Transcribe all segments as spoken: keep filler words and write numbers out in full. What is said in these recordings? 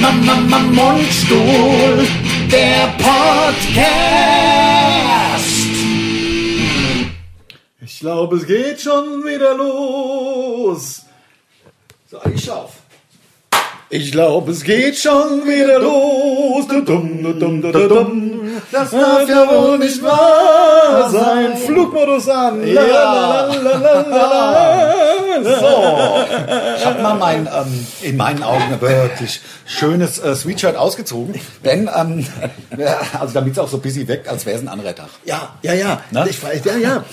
Mama, Mama, Mundstuhl, der Podcast. Ich glaube, es geht schon wieder los. So, ich auf. Ich glaube, es geht schon wieder los. Das darf ja wohl nicht wahr sein. Flugmodus an. Ja. So, ich habe mal mein, ähm, in meinen Augen ein wirklich schönes äh, Sweatshirt ausgezogen, denn, ähm, also damit es auch so busy weg, als wäre es ein anderer Tag. Ja, ja, ja. Ne? Ich weiß, ja, ja.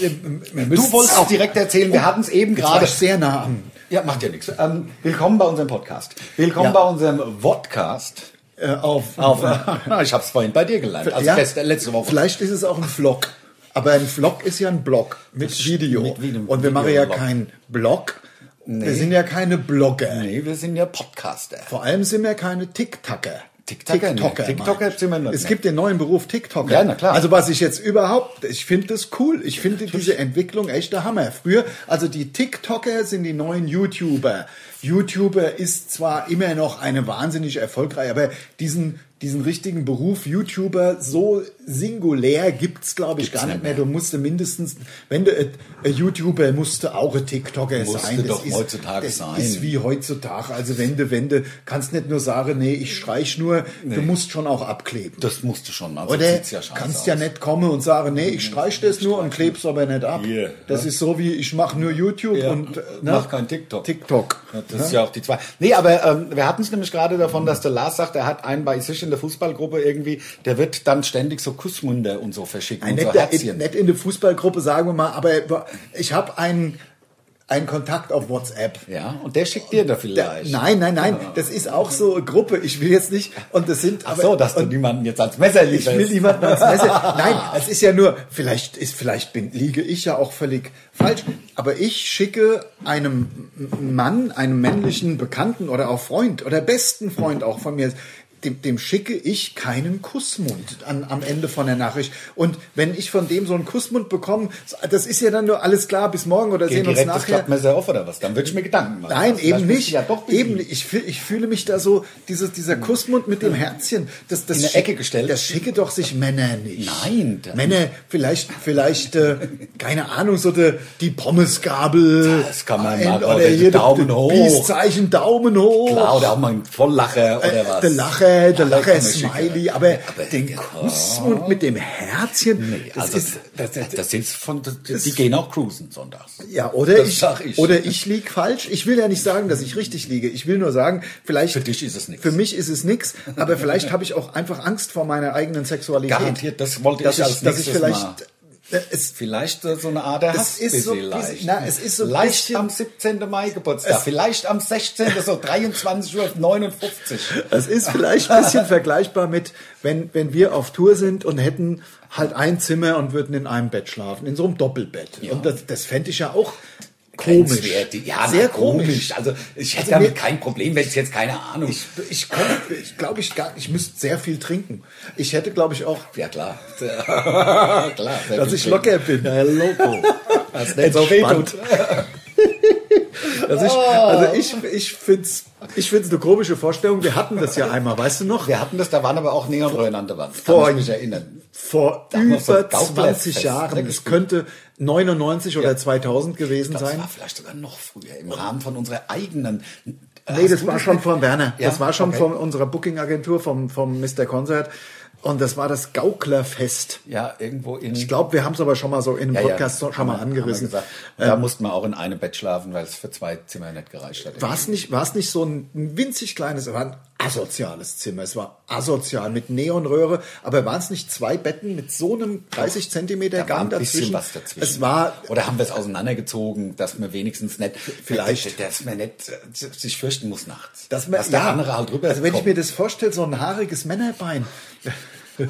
Du wolltest auch direkt erzählen, wir hatten es eben gerade. sehr nah an. Ja, macht ja nichts. Ähm, willkommen bei unserem Podcast. Willkommen Ja. bei unserem Vodcast. Äh, auf, Auf, ich habe es vorhin bei dir gelernt, also ja, beste, letzte Woche. Vielleicht ist es auch ein Vlog. Aber ein Vlog ist ja ein Blog mit Video. mit Video- Und wir machen ja Videoblog. keinen Blog. Nee. Wir sind ja keine Blogger. Nee, wir sind ja Podcaster. Vor allem sind wir keine TikToker. TikToker, nee. TikToker meine ich. sind wir nicht, Es nee. gibt den neuen Beruf TikToker. Ja, na klar. Also was ich jetzt überhaupt, ich finde das cool. Ich finde diese Entwicklung echt der Hammer. Früher, also die TikToker sind die neuen YouTuber. YouTuber ist zwar immer noch eine wahnsinnig erfolgreiche, aber diesen diesen richtigen Beruf YouTuber so singulär gibt's glaube ich Gibt's gar nicht nicht mehr. mehr. Du musst mindestens, wenn du ein ein YouTuber musste auch ein TikToker Musste sein. doch heutzutage das sein. ist wie heutzutage. Also wenn du, wenn du kannst nicht nur sagen, nee, ich streich nur, du musst schon auch abkleben. Das musst du schon, also Oder sieht's ja scheiße kannst aus. ja nicht kommen und sagen, nee, ich streich das nur und kleb's aber nicht ab. Hier, das ja. ist so wie, ich mache nur YouTube Ja, und äh, mach kein TikTok. TikTok. Ja, das ist ja auch die zwei. Nee, aber ähm, wir hatten es nämlich gerade davon, dass der Lars sagt, er hat einen bei sich in der Fußballgruppe irgendwie, der wird dann ständig so Kussmunde und so verschicken Ein und so netter, Herzchen. nicht in der Fußballgruppe, sagen wir mal, aber ich habe einen, einen Kontakt auf WhatsApp. Ja, und der schickt dir da Der, vielleicht. nein, nein, nein, das ist auch so eine Gruppe. Ich will jetzt nicht, und das sind, Ach so, dass du und, niemanden jetzt als Messer Ich lieferst. will niemanden ans Messer. Nein, es ist ja nur, vielleicht ist, vielleicht bin, liege ich ja auch völlig falsch. Aber ich schicke einem Mann, einem männlichen Bekannten oder auch Freund oder besten Freund auch von mir, dem, dem schicke ich keinen Kussmund an, am Ende von der Nachricht. Und wenn ich von dem so einen Kussmund bekomme, das ist ja dann nur alles klar, bis morgen oder Geht sehen uns direkt das nachher. Klappmesser auf oder was? Dann würde ich mir Gedanken machen. Nein, Also eben vielleicht bist nicht. du Ja doch eben busy. nicht. Ich, fühl, ich fühle mich da so, dieses, dieser Kussmund mit dem Herzchen, das, das In eine schick- Ecke gestellt. Das schicke doch sich Männer nicht. Nein, dann- Männer, vielleicht, vielleicht, äh, keine Ahnung, so de, die Pommesgabel. Das kann man ein- machen. Oder Oder hier Daumen de, hoch. Peace-Zeichen, Daumen hoch. Klar, oder auch mal ein Volllacher oder Äh, was. Der Lacher, der Lacher, kann man Smiley, schicken. aber, Aber- den Kussmund mit dem Herzchen, Nee, das also ist, das, das, das ist von, die gehen auch cruisen sonntags. ja, oder Das ich, sag ich. oder ich lieg falsch. Ich will ja nicht sagen, dass ich richtig liege. Ich will nur sagen, vielleicht Für dich ist es nichts. Für mich ist es nichts, aber vielleicht habe ich auch einfach Angst vor meiner eigenen Sexualität. Garantiert, das wollte dass ich als ich, dass ich nächstes vielleicht mal. äh, es, Vielleicht äh, so eine Art der Es Hass ist so bisschen ein leicht. bisschen- na, es ist so ein leicht bisschen- am siebzehnten Mai Geburtstag, Es- vielleicht am sechzehnten so dreiundzwanzig Uhr neunundfünfzig. es ist vielleicht ein bisschen vergleichbar mit, wenn, wenn wir auf Tour sind und hätten halt ein Zimmer und würden in einem Bett schlafen, in so einem Doppelbett. Ja. Und das, das fände ich ja auch komisch. Grenzwert. Ja, Sehr na, komisch. Also ich hätte Also damit mir- kein Problem, wenn es jetzt keine Ahnung. Ich, ich, könnte- ich glaube, ich, gar- ich müsste sehr viel trinken. Ich hätte, glaube ich, auch, ja klar. klar. sehr dass viel ich trinken. locker bin. Ja, Loco. Das nicht so Entspannt. wehtut. Also ich, also ich, ich finde es ich find's eine komische Vorstellung. Wir hatten das ja einmal, weißt du noch? Wir hatten das, da waren aber auch Neonröhren an der Wand. Vor- Kann ich mich erinnern. Vor Da haben wir so über ein Gauklerfest, zwanzig ne, Jahren. Es gespielt. könnte neunundneunzig oder zweitausend gewesen Das sein. war vielleicht sogar noch früher, im Rahmen von unserer eigenen... Nee, Hast das du war schon nicht? von Werner. Ja? Das war schon Okay. von unserer Booking-Agentur, vom, vom Mister Concert. Und das war das Gauklerfest. Ja, irgendwo in... Ich glaube, wir haben es aber schon mal so in einem Ja, ja, Podcast schon haben mal wir- haben wir angerissen. gesagt. Da mussten wir auch in einem Bett schlafen, weil es für zwei Zimmer nicht gereicht hat. War es nicht, war es nicht so ein winzig kleines, es war ein asoziales Zimmer. Es war asozial mit Neonröhre, aber waren es nicht zwei Betten mit so einem dreißig Zentimeter Da war Gang ein bisschen dazwischen? was dazwischen. Es war, Oder haben wir es auseinandergezogen, dass man wenigstens nicht... Vielleicht. Dass man nicht äh, sich fürchten muss nachts. dass, man, dass der ja, andere halt drüber also wenn ich kommt. mir das vorstelle, so ein haariges Männerbein. Ja,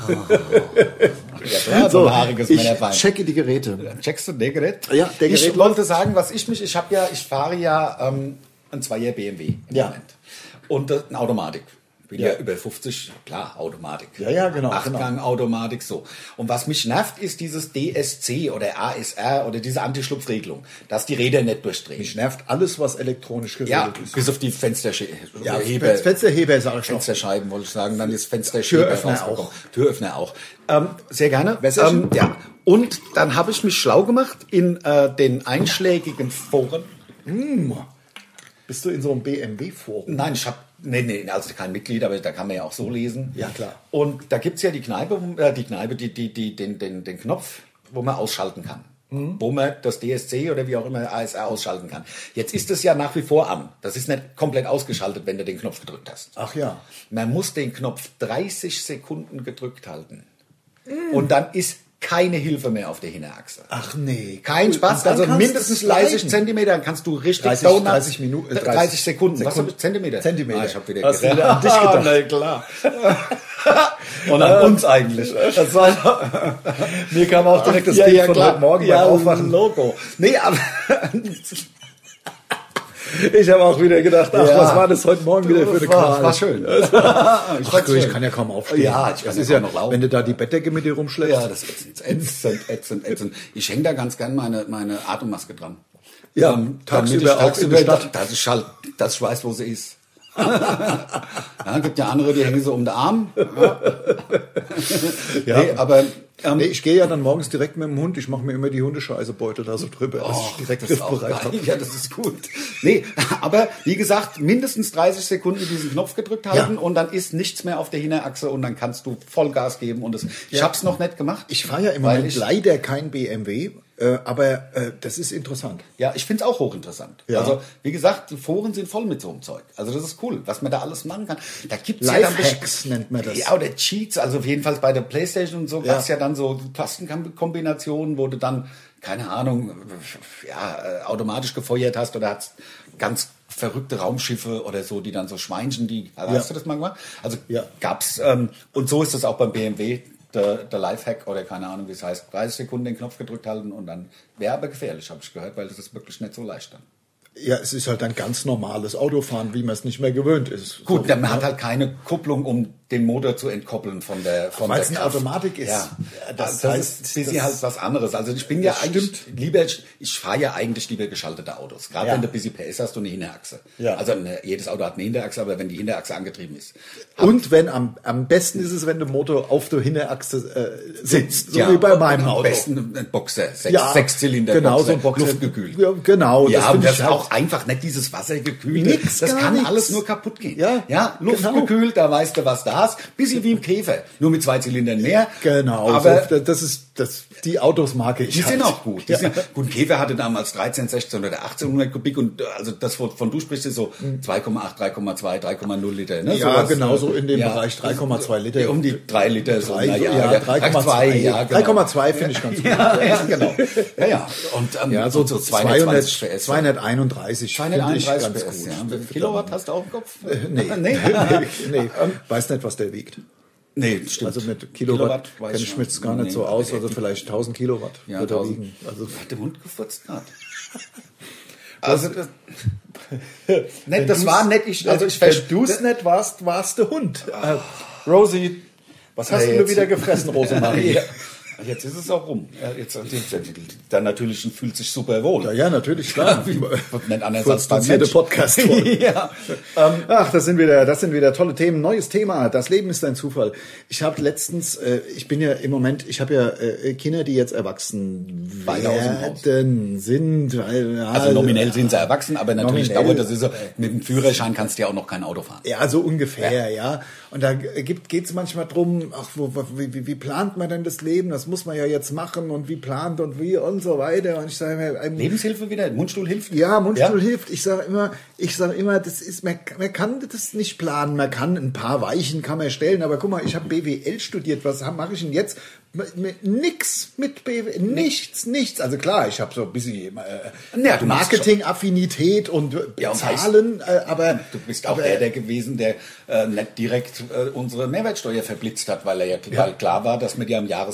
klar, so ein haariges ich Männerbein. checke die Geräte. Checkst du der Gerät? Ja, der Gerät Ich wollte sagen, was ich mich, ich habe ja, ich fahre ja ähm, ein Zweier B M W im Ja. Moment. Und äh, eine Automatik. bin ja, ja über fünfzig, klar, Automatik. Ja, ja, genau. Achtgang-Automatik, so. Und was mich nervt, ist dieses D S C oder A S R oder diese Anti-Schlupfregelung, dass die Räder nicht durchdrehen. Mich nervt alles, was elektronisch geregelt ja, ist. bis auf die Fensterheber. Ja, Heber. Fensterheber, sag ich schon. Fensterscheiben, wollte ich sagen, dann ist Fensterscheibe. Türöffner auch. Türöffner auch. Ähm, sehr gerne. Ähm, ja. Und dann habe ich mich schlau gemacht in äh, den einschlägigen Foren. Mm. Bist du in so einem B M W-Forum? Nein, ich habe, nee, nee, also kein Mitglied, aber da kann man ja auch so lesen. Ja, klar. Und da gibt's ja die Kneipe, äh, die Kneipe, die, die, die, den, den, den Knopf, wo man ausschalten kann. Mhm. Wo man das D S C oder wie auch immer A S R ausschalten kann. Jetzt ist es ja nach wie vor an. Das ist nicht komplett ausgeschaltet, wenn du den Knopf gedrückt hast. Ach ja. Man muss den Knopf dreißig Sekunden gedrückt halten. Mhm. Und dann ist keine Hilfe mehr auf der Hinterachse. Ach nee. Kein Spaß, also mindestens dreißig Zentimeter, dann kannst du richtig dreißig, dreißig Minuten, dreißig, dreißig Sekunden. Was habe ich? Zentimeter? Zentimeter. Ah, ich habe wieder Hast du wieder an dich gedacht. Na klar. Und an uns eigentlich. Das war, mir kam auch direkt das ja, Bild ja, von klar. heute Morgen ja, beim Aufwachen. Logo. Nee, aber ich habe auch wieder gedacht, ach, ja. was war das heute Morgen wieder für eine war, Qual? war schön. Ach, du, ich kann ja kaum aufstehen. Ja, ich kann das ja ist ja noch laufen. Wenn du da die Bettdecke mit dir rumschleppst. Ja, das ist ätzend, ätzend, ätzend. Ich hänge da ganz gern meine, meine Atemmaske dran. Ja, ähm, tagsüber damit ich auch in der Stadt. Dass ich, halt, dass ich weiß, wo sie ist. Ja, gibt ja andere, die hängen so um den Arm. Ja. Ja. Nee, aber ähm, nee, ich gehe ja dann morgens direkt mit dem Hund. Ich mache mir immer die Hundescheisebeutel da so drüber, dass oh, ich direkt das ist auch griffbereit habe. geil. Ja, das ist gut. Nee, aber wie gesagt, mindestens dreißig Sekunden diesen Knopf gedrückt halten Ja. und dann ist nichts mehr auf der Hinterachse und dann kannst du Vollgas geben. Und das, ich Ja. habe es noch nicht gemacht. Ich fahre ja im weil Moment ich, leider kein B M W, äh, aber äh, das ist interessant. Ja, ich finde es auch hochinteressant. Ja. Also, wie gesagt, die Foren sind voll mit so einem Zeug. Also, das ist cool, was man da alles machen kann. Da gibt's ja dann Lifehacks nennt man das. Ja, oder Cheats. Also, auf jeden Fall bei der PlayStation und so Ja. gab's ja dann so Tastenkombinationen, wo du dann, keine Ahnung, ja, äh, automatisch gefeuert hast oder hast ganz verrückte Raumschiffe oder so, die dann so Schweinchen, die, also Ja. hast du das mal gemacht? Also, Ja. gab's, ähm, und so ist das auch beim B M W. Der, der Lifehack oder keine Ahnung, wie es heißt, dreißig Sekunden den Knopf gedrückt halten und dann wäre aber gefährlich, habe ich gehört, weil das ist wirklich nicht so leicht dann. Ja, es ist halt ein ganz normales Autofahren, wie man es nicht mehr gewöhnt ist. Gut, so, dann ne? hat halt keine Kupplung, um den Motor zu entkoppeln von der von Weil der es eine Kraft. Automatik ist. Ja, Ja, das, das das heißt, ist ein bisschen das- halt was anderes. Also ich bin ja das eigentlich lieber, ich fahre ja eigentlich lieber geschaltete Autos. Gerade Ja. wenn du ein bisschen P S hast und eine Hinterachse. Ja. Also eine, jedes Auto hat eine Hinterachse, aber wenn die Hinterachse angetrieben ist. Und wenn am, am besten ist es, wenn der Motor auf der Hinterachse äh, sitzt, so Ja, wie bei meinem am Auto. besten ein Boxer, sechs, Ja, sechs Zylinder, genau, Boxer, so ein Boxer. luftgekühlt. Ja, genau, Ja, das und finde das ich ist halt- auch einfach nicht dieses wassergekühlte. Nix, das gar kann nix. alles nur kaputt gehen. Ja, ja, genau. luftgekühlt, da weißt du, was du hast. Bisschen wie im Käfer, nur mit zwei Zylindern mehr. Genau, aber so, das ist das, die Autos mag ich. die halt. sind auch gut. Die Ja. sind, gut, ein Käfer hatte damals dreizehn, sechzehn oder achtzehnhundert Kubik und äh, also das, wovon du sprichst, ist so zwei Komma acht, drei Komma zwei, drei Komma null Liter. Ne? Ja, Sowas, genau, äh, so in dem ja. Bereich drei Komma zwei Liter. Um die drei Liter, so, Drei, na ja, ja, ja, drei Komma zwei, ja, genau. drei Komma zwei finde ich ganz gut. Ja, ja, genau. Ja, ja. Und, ähm, Ja, so, und so zweihundertzwanzig P S. zweihunderteinunddreißig finde ich zweihunderteinunddreißig ganz P S, gut. ja. Wie viel Kilowatt hast du auf dem Kopf? Nee, nee. nee. Weiß nicht, was der wiegt. Nee, stimmt. Also mit Kilowatt, weiß kenne ich mich jetzt gar nicht nee, so aus, also die- vielleicht tausend Kilowatt Ja, wird er tausend. wiegen. Also, Hat der Mund gefurzt gerade. Also, das, Wenn nicht, das du's- war nett. Ich, also ich wenn verstehe. du es nicht warst, warst der Hund. Äh, Rosie, was hast Ja, du jetzt- wieder gefressen, Rosemarie? Ja. Jetzt ist es auch rum. Ja, jetzt, jetzt, dann natürlich fühlt sich super wohl. Ja, ja, natürlich, klar. Nicht anders Kurz als beim dozierte Mensch. Podcast. Ja. Ach, das sind wieder, das sind wieder tolle Themen. Neues Thema. Das Leben ist ein Zufall. Ich habe letztens, äh, ich bin ja im Moment, ich habe ja äh, Kinder, die jetzt erwachsen Beide aus dem Haus. werden, sind. Weil, ja, Also nominell sind sie erwachsen, aber natürlich Nominell. dauert das ist so. Mit dem Führerschein kannst du ja auch noch kein Auto fahren. Ja, so ungefähr, ja. Und da gibt geht's manchmal drum, ach, wo, wo, wie, wie plant man denn das Leben? Das muss man ja jetzt machen und wie plant und wie und so weiter. Und ich sage mir, ähm, Lebenshilfe wieder? Mundstuhl hilft? ja, Mundstuhl Ja? hilft. Ich sage immer, ich sage immer, das ist, man, man kann das nicht planen. Man kann ein paar Weichen kann man stellen, aber guck mal, ich habe B W L studiert. Was mache ich denn jetzt? Mit, mit, nix mit B W L, nichts, nichts. Also klar, ich habe so ein bisschen äh, Ja, du machst Marketing-Affinität und äh, Ja, und Zahlen, äh, aber Du bist auch aber, der, der gewesen, der äh, nicht direkt äh, unsere Mehrwertsteuer verblitzt hat, weil er ja, Ja. Weil klar war, dass wir die am Jahresende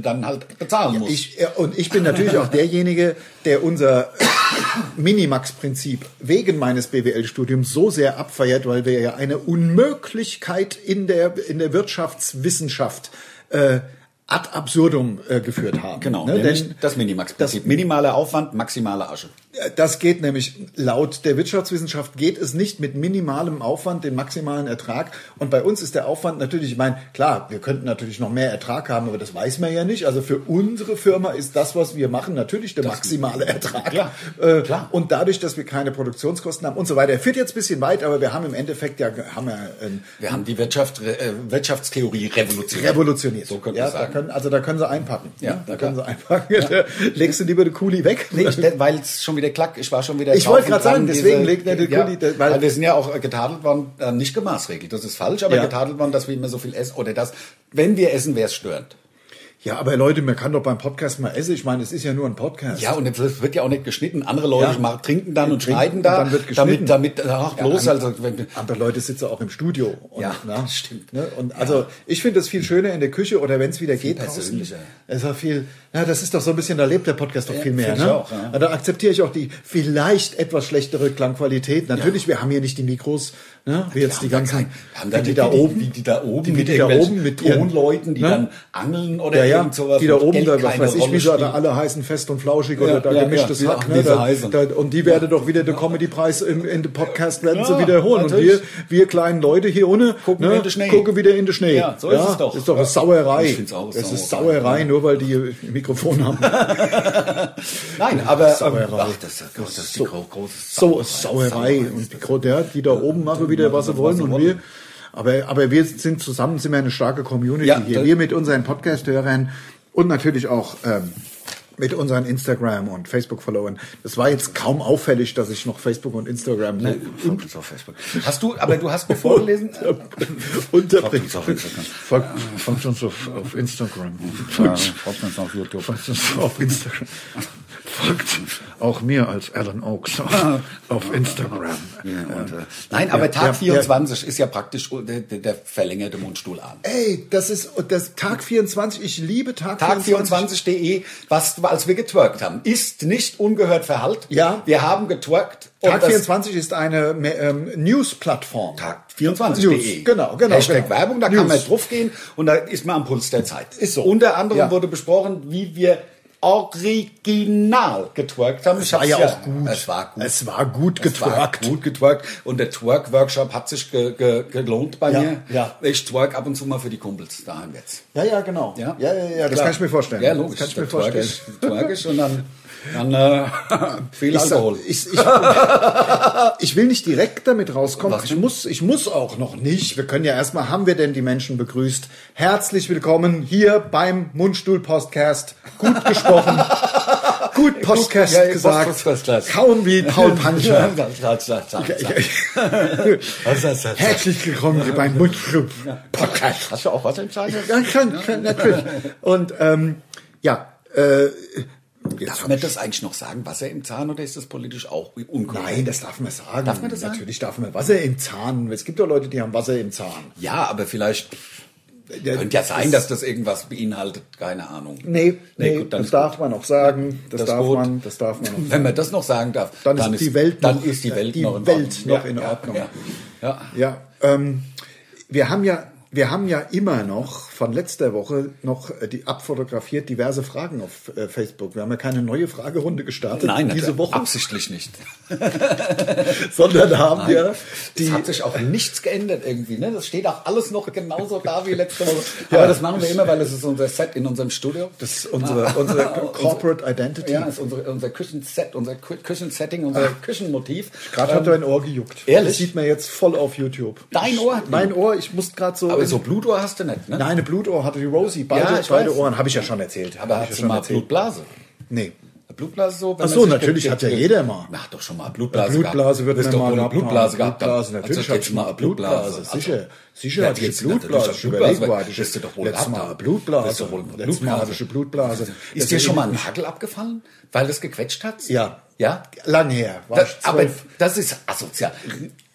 dann halt bezahlen muss. Ich, und ich bin natürlich auch derjenige, der unser Minimax-Prinzip wegen meines B W L-Studiums so sehr abfeiert, weil wir ja eine Unmöglichkeit in der, in der Wirtschaftswissenschaft äh, ad absurdum äh, geführt haben. Genau, ne? Denn das Minimax-Prinzip. Minimaler Aufwand, maximale Asche. Das geht nämlich, laut der Wirtschaftswissenschaft geht es nicht mit minimalem Aufwand, den maximalen Ertrag. Und bei uns ist der Aufwand natürlich, ich meine, klar, wir könnten natürlich noch mehr Ertrag haben, aber das weiß man ja nicht. Also für unsere Firma ist das, was wir machen, natürlich der maximale Ertrag. Klar, äh, klar. Und dadurch, dass wir keine Produktionskosten haben und so weiter. Er führt jetzt ein bisschen weit, aber wir haben im Endeffekt ja, haben wir, ähm, wir haben die Wirtschaft, äh, Wirtschaftstheorie revolutioniert. Revolutioniert. So könnte ja, man sagen. Da können, also da können sie einpacken. Ja, da ja, können sie einpacken. Ja. Legst du lieber den Kuli weg? Nee, weil es schon wieder klack, ich war schon wieder Ich drauf wollte und gerade dran, sagen, deswegen diese- legt er den ja, Kuli, der- weil- weil wir sind ja auch äh, getadelt worden, äh, nicht gemaßregelt, das ist falsch, aber Ja. getadelt worden, dass wir immer so viel essen, oder dass, wenn wir essen, wäre es störend. Ja, aber Leute, man kann doch beim Podcast mal essen. Ich meine, es ist ja nur ein Podcast. Ja, und es wird ja auch nicht geschnitten. Andere Leute Ja. machen, trinken dann und Trinken schneiden und da, dann wird geschnitten. damit, damit, ach, bloß, Ja, also, wenn, Andere Leute sitzen auch im Studio. Und, Ja, na, stimmt. Ne? Und also ich finde es viel schöner in der Küche oder wenn es wieder geht draußen. persönlicher. Es ist viel. Ja, das ist doch so ein bisschen, da lebt der Podcast doch Ja, viel mehr. finde ich Ne? auch, ja. Da akzeptiere ich auch die vielleicht etwas schlechtere Klangqualität. Natürlich, wir haben hier nicht die Mikros, ne? wie jetzt die wir haben ganzen, da haben da die, die, da die, oben, die, die da oben, die, mit die da irgendwelchen oben mit ihren- Tonleuten, die ne? dann angeln oder Ja, ja, irgend sowas. die da wo oben, Geld da, was keine weiß ich, Rolle wie sie da spielt. alle heißen, fest und flauschig Ja, oder da ja, gemischtes ja, Hack. wie Ne? sie Da, heißen. da, und die werden doch wieder den Comedy-Preis im, in dem Podcast werden sie Ja, wiederholen. Und wir, natürlich. wir kleinen Leute hier ohne Gucken in den Schnee. gucken wieder in den Schnee. Ja, so ist es doch. Das ist doch eine Ja. Sauerei. Ich find's auch Das ist Sauerei. Sauerei, nur weil die ein Mikrofon haben. Nein, aber, Sauerei. ähm, ach, das, ist- das ist die So- gro große So, Sauerei. Und die, Gro- der, die da oben machen wieder, was sie wollen. sie Und wollen. wir, aber, aber wir sind zusammen, sind wir eine starke Community Ja, hier. das- Wir mit unseren Podcast-Hörern und natürlich auch ähm, mit unseren Instagram- und Facebook-Followern. Das war jetzt kaum auffällig, dass ich noch Facebook und Instagram so Folgt uns auf Facebook. Hast du, aber du hast mir vorgelesen? unterbringt. Folgt uns auf Instagram. Folgt, folgt uns auf, auf Instagram. Ja, folgt uns auf YouTube. Folgt uns auf Instagram. Folgt auch mir als Alan Oaks auf Instagram. Ja, und, äh, nein, aber Tag ja, vierundzwanzig ist ja praktisch der, der, der verlängerte Mundstuhlabend. Ey, das ist das Tag vierundzwanzig. Ich liebe Tag, Tag vierundzwanzig punkt de, was, als wir getwerkt haben, ist nicht ungehört Verhalten. Ja. Wir haben getwerkt. und Tag das- vierundzwanzig ist eine ähm, News-Plattform. Tag vierundzwanzig punkt de. News, genau, genau, Hashtag genau. Werbung, da News. kann man drauf gehen und da ist man am Puls der Zeit. Ist so. Unter anderem Ja. wurde besprochen, wie wir original getwerkt haben. Es war ja auch gut. Es war gut. Es war gut Es war getwerkt. gut getwerkt. Und der Twerk-Workshop hat sich ge ge gelohnt bei Ja, mir. ja. Ich twerk ab und zu mal für die Kumpels daheim jetzt. Ja, ja, genau. Ja, ja, ja, ja das Klar. kann ich mir vorstellen. Ja, logisch. Das kann ich mir Da twerk vorstellen. ich- twerk ich und dann, dann äh, viel Ich, sag, Alkohol. ich, ich, ich will nicht direkt damit rauskommen. Was Ich denn? muss, ich muss auch noch nicht. Wir können ja erstmal, haben wir denn die Menschen begrüßt? Herzlich willkommen hier beim Mundstuhl-Podcast. Gut gesprochen. Gut Podcast Ja, ja, gesagt. Post- Post- Post- Kauen wie Paul Pancher. Was ist das? Herzlich willkommen hier beim Mundstuhl-Podcast. Hast du auch was im Zahn? Ja, kann, kann, natürlich. Und ähm, ja, äh, Darf man das eigentlich noch sagen, Wasser im Zahn, oder ist das politisch auch unkorrekt? nein, das darf man sagen. Darf man das sagen? Natürlich darf man Wasser im Zahn. Es gibt doch Leute, die haben Wasser im Zahn. Ja, aber vielleicht Ja, könnte ja sein, dass das irgendwas beinhaltet. Keine Ahnung. Nee, nee, Nee, gut, dann das ist darf man auch sagen. Das, Das darf gut. man, das darf man auch Wenn sagen. man das noch sagen darf, Dann ist die Welt dann noch- ist die Welt die noch in Welt Ordnung. noch in Ordnung. Ja, ja, ja. Ja, ähm, wir haben ja, wir haben ja immer noch von letzter Woche noch äh, die abfotografiert diverse Fragen auf äh, Facebook. Wir haben ja keine neue Fragerunde gestartet Nein, diese natürlich, Woche, absichtlich nicht. sondern haben Nein, wir es die hat sich auch nichts geändert irgendwie. Ne? Das steht auch alles noch genauso da wie letzte Woche. Ja. Aber das machen wir immer, weil es ist unser Set in unserem Studio. das ist unsere, unsere Corporate Identity. Ja, ist unsere, unser Küchenset, unser Kü- Küchensetting, unser Küchenmotiv. Gerade hat dein Ohr gejuckt. Ehrlich? Das sieht man jetzt voll auf YouTube. Dein Ohr? Mein Ohr, ich musste gerade so. Aber so Blutohr hast du nicht, ne? Nein, eine Blutohr hatte die Rosie. Beide, Ja, ich beide weiß. Ohren, habe ich ja schon erzählt. Aber Hab ich hast ja du mal erzählt. Blutblase? Nee. Blutblase so? wenn Ach man so, sich natürlich ge- hat ja ge- jeder mal. Ach doch schon mal Blutblase. Blutblase gehabt. wird Du hast man doch mal wohl eine gehabt Blutblase haben. gehabt. Blutblase, haben. natürlich Also hab jetzt ich mal mal Blutblase. Sicher, sicher Ja, hatte ich jetzt Blutblase. natürlich Ich Blutblase, überlege, wo hatte ich wirst du doch wohl letztes gehabt Mal haben. Blutblase. Wirst du wohl Letztes Mal Blutblase. hatte ich Blutblase. Ist dir Deswegen- schon mal ein Nagel abgefallen, weil das gequetscht hat? Ja. Ja? Lang her. War Das, ich aber zwölf. das ist asozial.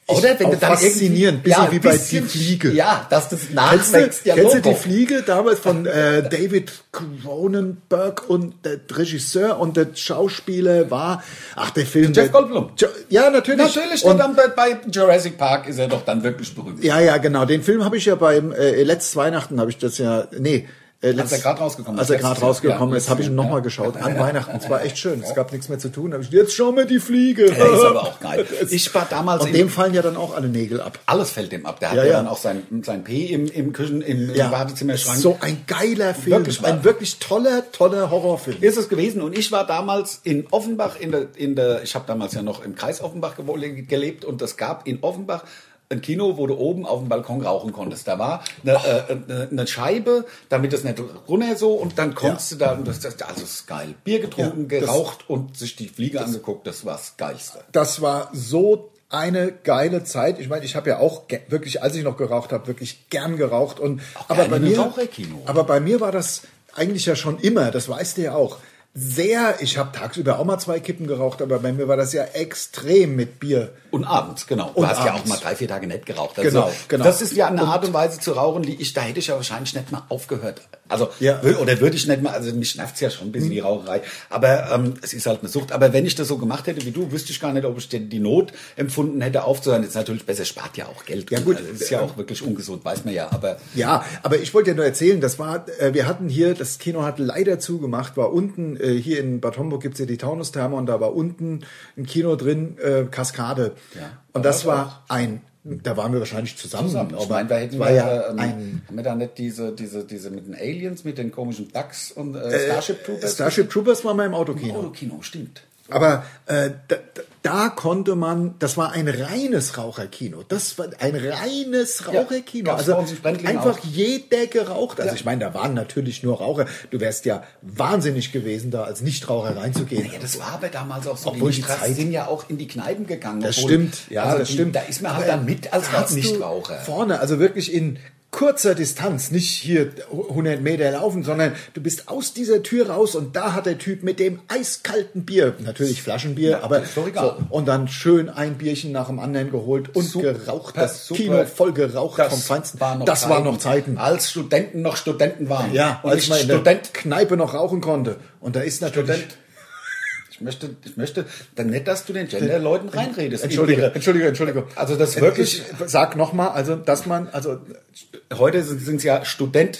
Oder wenn auch du dann faszinierend, bisschen wie bei Die Fliege. Ja, dass das Kennst nachwächst. du, Ja, kennst du Logo. Die Fliege damals von äh, David Cronenberg und der Regisseur und der Schauspieler war, ach der Film. Jeff der, Goldblum. Jo, ja, natürlich. Natürlich, und, dann bei, bei Jurassic Park ist er doch dann wirklich berühmt. ja, ja, genau. Den Film habe ich ja beim äh, letztes Weihnachten habe ich das ja, nee. Äh, Als er gerade rausgekommen Als er gerade rausgekommen ist, habe ich ihn nochmal ja. geschaut. An Weihnachten. Es war echt schön. Es gab nichts mehr zu tun. Da hab ich, jetzt schauen wir Die Fliege. Der ist aber auch geil. Ich war damals Und in, dem fallen ja dann auch alle Nägel ab. alles fällt dem ab. Der hat Ja, ja, ja. dann auch sein, sein P im, im Küchen, im, Ja, im Badezimmerschrank. so ein geiler Film. Wirklich wahr. ein wirklich toller, toller Horrorfilm. Ist es gewesen. Und ich war damals in Offenbach, in der, in der, ich habe damals ja noch im Kreis Offenbach gewo- gelebt und es gab in Offenbach ein Kino, wo du oben auf dem Balkon rauchen konntest. Da war eine, äh, eine, eine Scheibe, damit es nicht runter so und dann konntest ja. du da, das, das, also das ist geil. Bier getrunken, Ja, das, geraucht und sich die Fliege angeguckt, das war das Geilste. Das war so eine geile Zeit. Ich meine, ich habe ja auch ge- wirklich, als ich noch geraucht habe, wirklich gern geraucht. Und, Auch aber gerne bei in mir, einem Raucherkino. aber bei mir war das eigentlich ja schon immer, das weißt du ja auch, sehr, ich habe tagsüber auch mal zwei Kippen geraucht, aber bei mir war das ja extrem mit Bier. Und abends, genau. Du Und hast ja auch abends. mal drei, vier Tage nicht geraucht. Also Genau, genau. Das ist ja eine Art und Weise zu rauchen, die ich, da hätte ich ja wahrscheinlich nicht mal aufgehört. Also, Ja. wür- oder würde ich nicht mal, also mich nervt's ja schon ein bisschen die Raucherei. Aber ähm, es ist halt eine Sucht. Aber wenn ich das so gemacht hätte wie du, wüsste ich gar nicht, ob ich denn die Not empfunden hätte aufzuhören. Jetzt natürlich besser, spart ja auch Geld. Ja, gut. Also, ist ja auch wirklich ungesund, weiß man ja. Aber Ja, aber ich wollte ja nur erzählen, das war, äh, wir hatten hier, das Kino hat leider zugemacht, war unten, äh, hier in Bad Homburg gibt's ja die Taunustherme und da war unten ein Kino drin, äh, Kaskade. Ja. Und das war ein, da waren wir wahrscheinlich zusammen. zusammen. Ich aber meine, da hätten war wir, ja ähm, ein haben wir da nicht diese, diese, diese mit den Aliens, mit den komischen Ducks und äh, Starship Troopers? Starship Troopers war mal im Autokino. Autokino, stimmt. Aber äh, da, da- da konnte man, das war ein reines Raucherkino. Das war ein reines Raucherkino. gab's also bei uns in Sprendlingen einfach auch. jeder geraucht. Also Ja. ich meine, da waren natürlich nur Raucher. Du wärst ja wahnsinnig gewesen, da als Nichtraucher reinzugehen. Ja, das war aber damals auch so. Obwohl die die Nichtras Zeit- sind ja auch in die Kneipen gegangen. Das obwohl- stimmt, ja, also das die, stimmt. Da ist man halt Aber dann mit als da hast du Nichtraucher. Vorne, also wirklich in kurzer Distanz, nicht hier hundert Meter laufen, sondern du bist aus dieser Tür raus und da hat der Typ mit dem eiskalten Bier, natürlich Flaschenbier, Ja, aber ist doch egal. so, und dann schön ein Bierchen nach dem anderen geholt und Super, geraucht, das super. Kino voll geraucht Das vom Feinsten. war noch das Zeiten, waren noch Zeiten. Als Studenten noch Studenten waren. Ja, und als ich man in der Student, Kneipe noch rauchen konnte. Und da ist natürlich... Student. Ich möchte, ich möchte, dann nicht, dass du den Gender-Leuten reinredest. Entschuldige, Ihre- Entschuldige, Entschuldige. Also das wirklich, Ich sag nochmal, also dass man, also heute sind es ja Student.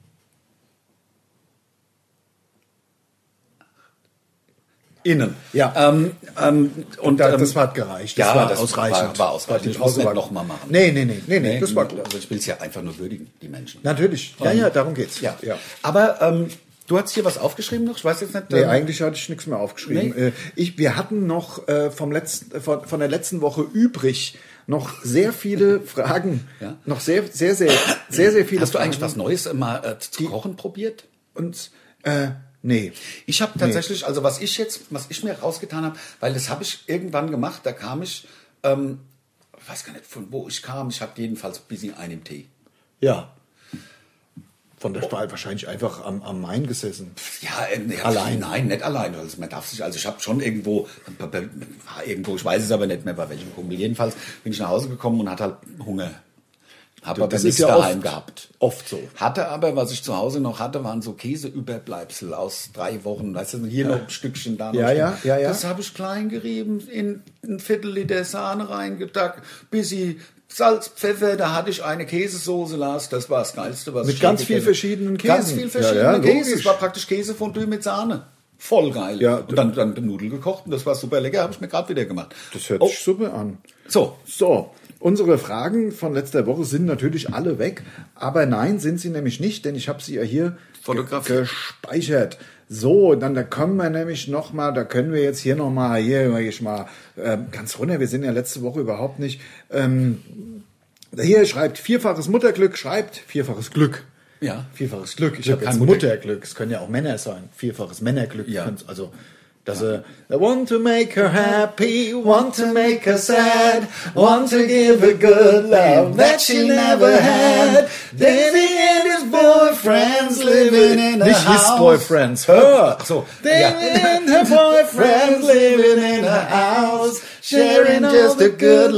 Innen. Ja. Ähm, ähm, und da, ähm, das hat gereicht. Das ja, war das ausreichend. War, war ausreichend. Die Ich muss Pause nicht war- nochmal machen. Nee, nee, nee, nee, nee, das war klar. Also ich will es ja einfach nur würdigen, die Menschen. Natürlich. Ja, Ähm, ja, darum geht's. Ja. ja. Aber ähm, du hast hier was aufgeschrieben noch? Ich weiß jetzt nicht. Nee, ähm, eigentlich hatte ich nichts mehr aufgeschrieben. Nee? Äh, Ich, wir hatten noch äh, vom letzten, von, von der letzten Woche übrig noch sehr viele Fragen. Ja. Noch sehr, sehr, sehr, sehr, sehr viele Hast du Fragen. eigentlich was Neues äh, mal äh, zu kochen probiert? Und, äh, nee. Ich habe tatsächlich, also was ich jetzt, was ich mir rausgetan habe, weil das habe ich irgendwann gemacht, da kam ich, ähm, ich weiß gar nicht von wo ich kam, ich habe jedenfalls ein bisschen einen im Tee. Ja. Von der Stahl wahrscheinlich einfach am, am Main gesessen. Ja, äh, nee, Allein? Nein, nicht allein. Also man darf sich, also ich habe schon irgendwo, war irgendwo, ich weiß es aber nicht mehr bei welchem Kumpel. Jedenfalls bin ich nach Hause gekommen und hatte halt Hunger. Habe aber Das nichts ist ja daheim oft, gehabt. oft so. Hatte aber, was ich zu Hause noch hatte, waren so Käseüberbleibsel aus drei Wochen. Weißt du, hier noch ein Stückchen, da noch Ja, ein ja, Stück. ja, ja. Das habe ich klein gerieben, in ein Viertel Liter Sahne reingedackt, bisschen Salz, Pfeffer, da hatte ich eine Käsesoße, Lars, das war das Geilste, was Mit ich ganz je viel gegessen- verschiedenen Käsen. Ganz viel verschiedene Ja, ja, Käse. logisch. Es war praktisch Käsefondue mit Sahne. Voll geil. Ja, und dann, dann Nudeln gekocht und das war super lecker, habe ich mir gerade wieder gemacht. Das hört Oh, sich super an. so, So, unsere Fragen von letzter Woche sind natürlich alle weg, aber nein, sind sie nämlich nicht, denn ich habe sie ja hier Fotografiert. ge gespeichert. So, dann da können wir nämlich noch mal, da können wir jetzt hier noch mal, hier mach ich mal ähm, ganz runter, wir sind ja letzte Woche überhaupt nicht, ähm, hier schreibt, vierfaches Mutterglück, schreibt, vierfaches Glück. Ja. Vierfaches Glück. Ich Glück, habe jetzt kein Mutter- Mutterglück. Es können ja auch Männer sein. Vierfaches Männerglück. Ja. Also Dass er I want to make her happy, want to make her sad, want to give her good love that she never had. Davy and his boyfriends living in a Nicht house. his boyfriends, her. So, Davy ja. and her boyfriends living in a house, sharing just a good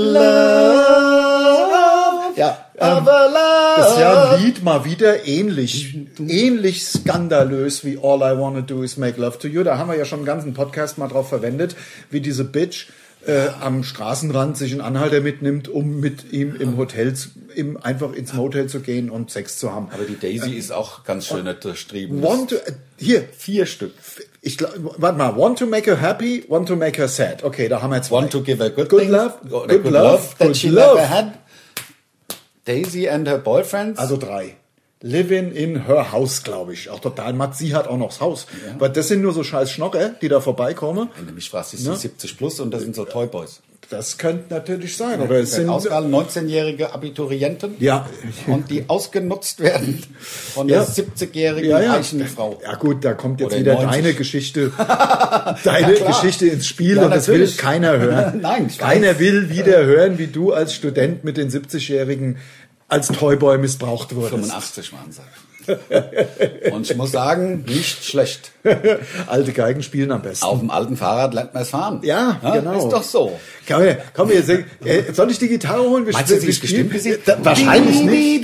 love. Ja. Ähm, das ist ja ein Lied mal wieder ähnlich, ähnlich skandalös wie All I Wanna Do Is Make Love to You. Da haben wir ja schon einen ganzen Podcast mal drauf verwendet, wie diese Bitch äh, am Straßenrand sich einen Anhalter mitnimmt, um mit ihm im Hotel, zu, im, einfach ins Motel zu gehen und Sex zu haben. Aber die Daisy äh, ist auch ganz schön nicht durchtrieben. Want to, äh, hier. Vier Stück. Ich glaub, warte mal, want to make her happy, want to make her sad. Okay, da haben wir zwei. Want to give her good, good things, love, good, good, good love, love that good she love. never had. Daisy and her boyfriends. Also drei. Living in her house, glaube ich. Auch total matt. Sie hat auch noch das Haus. Ja. Weil das sind nur so scheiß Schnocker, die da vorbeikommen. Wenn du mich fragst, die sind ja. siebzig plus und das sind so Toyboys. Das könnte natürlich sein. Oder es sind Auswahl neunzehnjährige Abiturienten, ja. und die ausgenutzt werden von ja. der siebzigjährigen ja, ja. reichen Frau. Ja gut, da kommt jetzt Oder wieder neunzig. Deine Geschichte, deine ja, Geschichte ins Spiel ja, und das will keiner hören. Nein, keiner will wieder hören, wie du als Student mit den siebzigjährigen als Toyboy missbraucht wurdest. fünfundachtzig waren sie. Und ich muss sagen, nicht schlecht. Alte Geigen spielen am besten. Auf dem alten Fahrrad lernt man es fahren. Ja, ja, genau. Ist doch so. Komm, komm hier, sing, äh, soll ich die Gitarre holen? Wir Meinst du, sie ist gestimmt? Wahrscheinlich nicht.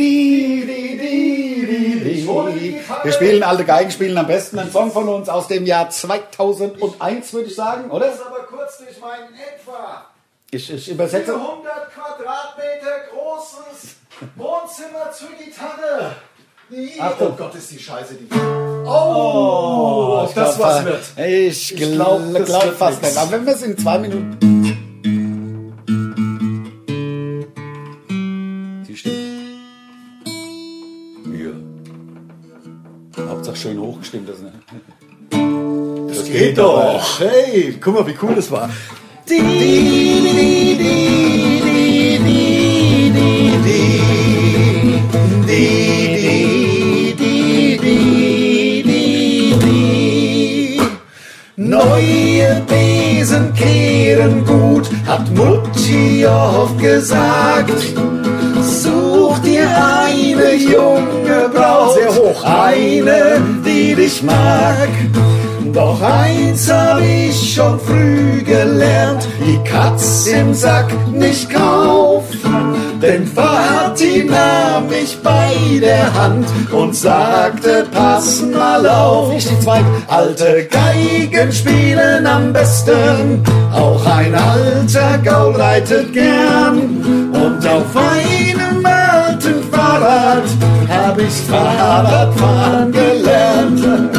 Wir spielen, alte Geigen spielen am besten. Ein Song von uns aus dem Jahr zweitausendeins, würde ich sagen, oder? Das ist aber kurz durch meinen etwa Ich, ich übersetze. vierhundert Quadratmeter großes Wohnzimmer zur Gitarre. Achtung. Oh Gott, ist die Scheiße, die. Oh, oh das was wird. Ich, ich glaube glaub, glaub fast nicht. Aber wenn wir es in zwei Minuten. Die stimmt. Ja. Hauptsache schön hochgestimmt. Das, ne? das, das geht, geht doch. doch. Hey, guck mal, wie cool das war. Die, die, die, die, die, die, die, die, die. Neue Besen kehren gut, hat Mutti oft gesagt. Such dir eine junge Braut, sehr hoch, eine, die dich mag. Doch eins hab ich schon früh gelernt, die Katz im Sack nicht kauft. Denn Vati nahm mich bei der Hand und sagte, pass mal auf. Ich die zwei alte Geigen spielen am besten, auch ein alter Gaul reitet gern. Und auf einem alten Fahrrad hab ich Fahrradfahren gelernt.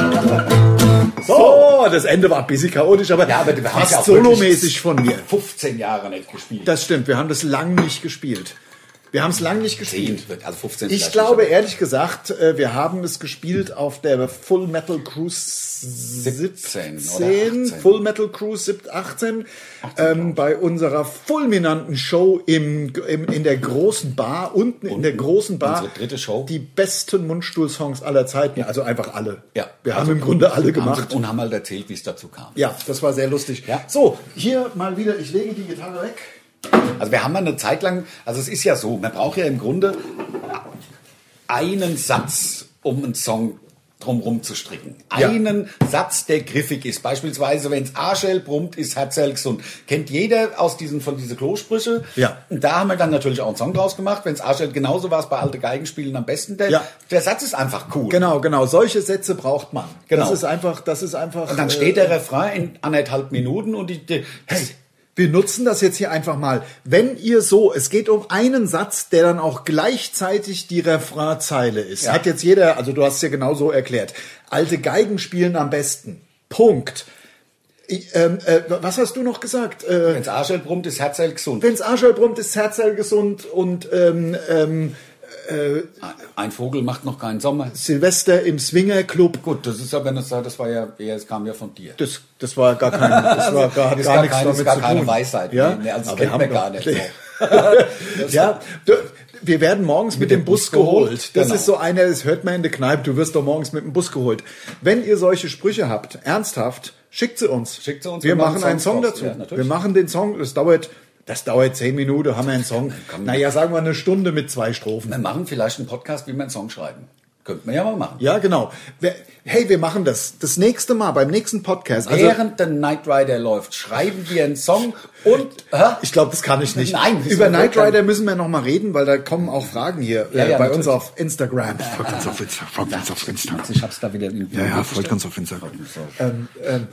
So, das Ende war ein bisschen chaotisch, aber, ja, aber du hast fast solomäßig von mir. fünfzehn Jahre nicht gespielt. Das stimmt, wir haben das lang nicht gespielt. Wir haben es lang nicht gespielt. zehn, also fünfzehn ich glaube, ehrlich gesagt, wir haben es gespielt auf der Full Metal Cruise siebzehn, siebzehn Full Metal Cruise achtzehn, ähm, bei unserer fulminanten Show im, im, in der großen Bar, unten, unten in der großen Bar. Unsere dritte Show. Die besten Mundstuhl-Songs aller Zeiten, also einfach alle. Ja. Wir also haben im Grunde alle gemacht. Und haben halt erzählt, wie es dazu kam. Ja, das war sehr lustig. Ja. So, hier mal wieder, ich lege die Gitarre weg. Also wir haben ja eine Zeit lang, also es ist ja so, man braucht ja im Grunde einen Satz, um einen Song drumherum zu stricken. Einen ja. Satz, der griffig ist. Beispielsweise, wenn es Arschel brummt, ist Herzl gesund. Kennt jeder aus diesen, von diesen Klosprüche. Ja. Und da haben wir dann natürlich auch einen Song draus gemacht. Wenn es Arschel genauso war, es bei alte Geigenspielen am besten. Der, ja. der Satz ist einfach cool. Genau, genau. Solche Sätze braucht man. Genau. Das ist einfach, das ist einfach. Und dann steht der Refrain in anderthalb Minuten und die, die hey. Wir nutzen das jetzt hier einfach mal. Wenn ihr so, es geht um einen Satz, der dann auch gleichzeitig die Refrainzeile ist. Ja. Hat jetzt jeder, also du hast es ja genau so erklärt. Alte Geigen spielen am besten. Punkt. Ich, ähm, äh, was hast du noch gesagt? Äh, wenn's Arschel brummt, ist Herzl gesund. Wenn's Arschel brummt, ist Herzl gesund und ähm, ähm, Äh, ein Vogel macht noch keinen Sommer. Silvester im Swingerclub. Gut, das ist aber das, das war ja, es kam ja von dir. Das, das war gar kein, das war gar, das gar gar nichts keine, damit gar zu keine tun. Weisheit. Ja? Nee, also das aber kennt man gar nicht. So. Ja, du, wir werden morgens mit, mit dem Bus, Bus geholt. geholt. Das genau. ist so einer, das hört man in der Kneipe. Du wirst doch morgens mit dem Bus geholt. Wenn ihr solche Sprüche habt, ernsthaft, schickt sie uns. Schickt sie uns, wir wir machen machen einen Songs Song draus. dazu. Ja, natürlich. wir machen den Song, das dauert, das dauert zehn Minuten, haben wir einen Song. Naja, sagen wir eine Stunde mit zwei Strophen. Wir machen vielleicht einen Podcast, wie wir einen Song schreiben. Könnten wir ja mal machen. Ja, genau. Wir, hey, wir machen das. Das nächste Mal, beim nächsten Podcast. Also, Während der Knight Rider läuft, schreiben wir einen Song und... Hä? ich glaube, das kann ich nicht. Nein. Über Knight Rider müssen wir noch mal reden, weil da kommen auch Fragen hier Ja, äh, ja, bei natürlich. uns auf Instagram. Folgt uns auf Insta- folgt uns auf Instagram. Ich hab's da wieder... In Ja, ja, folgt uns auf Instagram. Ähm, ähm,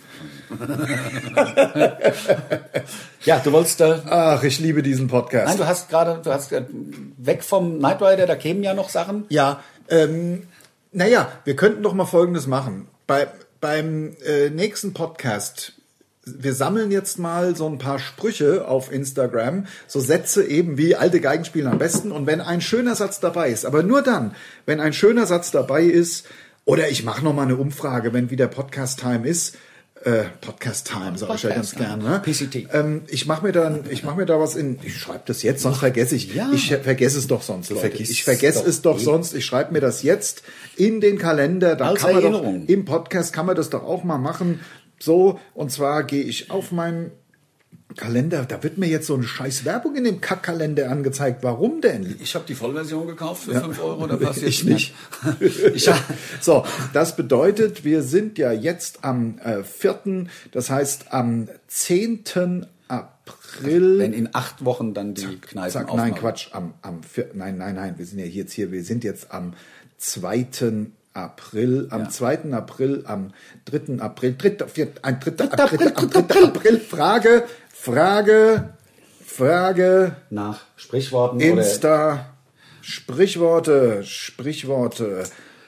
Ja, du wolltest... Äh, ach, ich liebe diesen Podcast. nein, du hast gerade... Du hast äh, weg vom Knight Rider, da kämen ja noch Sachen. Ja, ähm, naja, wir könnten doch mal Folgendes machen. Bei, beim äh, nächsten Podcast, wir sammeln jetzt mal so ein paar Sprüche auf Instagram, so Sätze eben wie alte Geigen spielen am besten. Und wenn ein schöner Satz dabei ist, aber nur dann, wenn ein schöner Satz dabei ist, oder ich mache noch mal eine Umfrage, wenn wieder Podcast-Time ist, äh, Podcast-Time, sage ich ja ganz gerne. Ne? P C T. Ähm, ich mache mir dann, ich mache mir da was in, ich schreibe das jetzt, sonst vergesse ich. Ja. Ich vergesse es doch sonst, Leute. vergisst Ich vergesse doch. es doch sonst. Ich schreibe mir das jetzt in den Kalender. Da Als kann man doch, Erinnerung. im Podcast kann man das doch auch mal machen. So, und zwar gehe ich auf meinen Kalender. Da wird mir jetzt so eine scheiß Werbung in dem Kackkalender angezeigt. Warum denn? Ich habe die Vollversion gekauft für fünf Euro, da passiert Ich nicht. ich hab, So, das bedeutet, wir sind ja jetzt am äh, vierten, das heißt am zehnten April. wenn in acht Wochen dann die Kneipen Zack, aufmachen. nein, Quatsch, am, am vier, nein, nein, nein, wir sind ja jetzt hier, wir sind jetzt am zweiten April, am Ja. zweiten April, am dritten April, dritter, vierter, ein dritter, Dritter April, April, am dritter dritten April, Frage, Frage, Frage, Nach Sprichworten oder... Insta, Sprichworte, Sprichworte,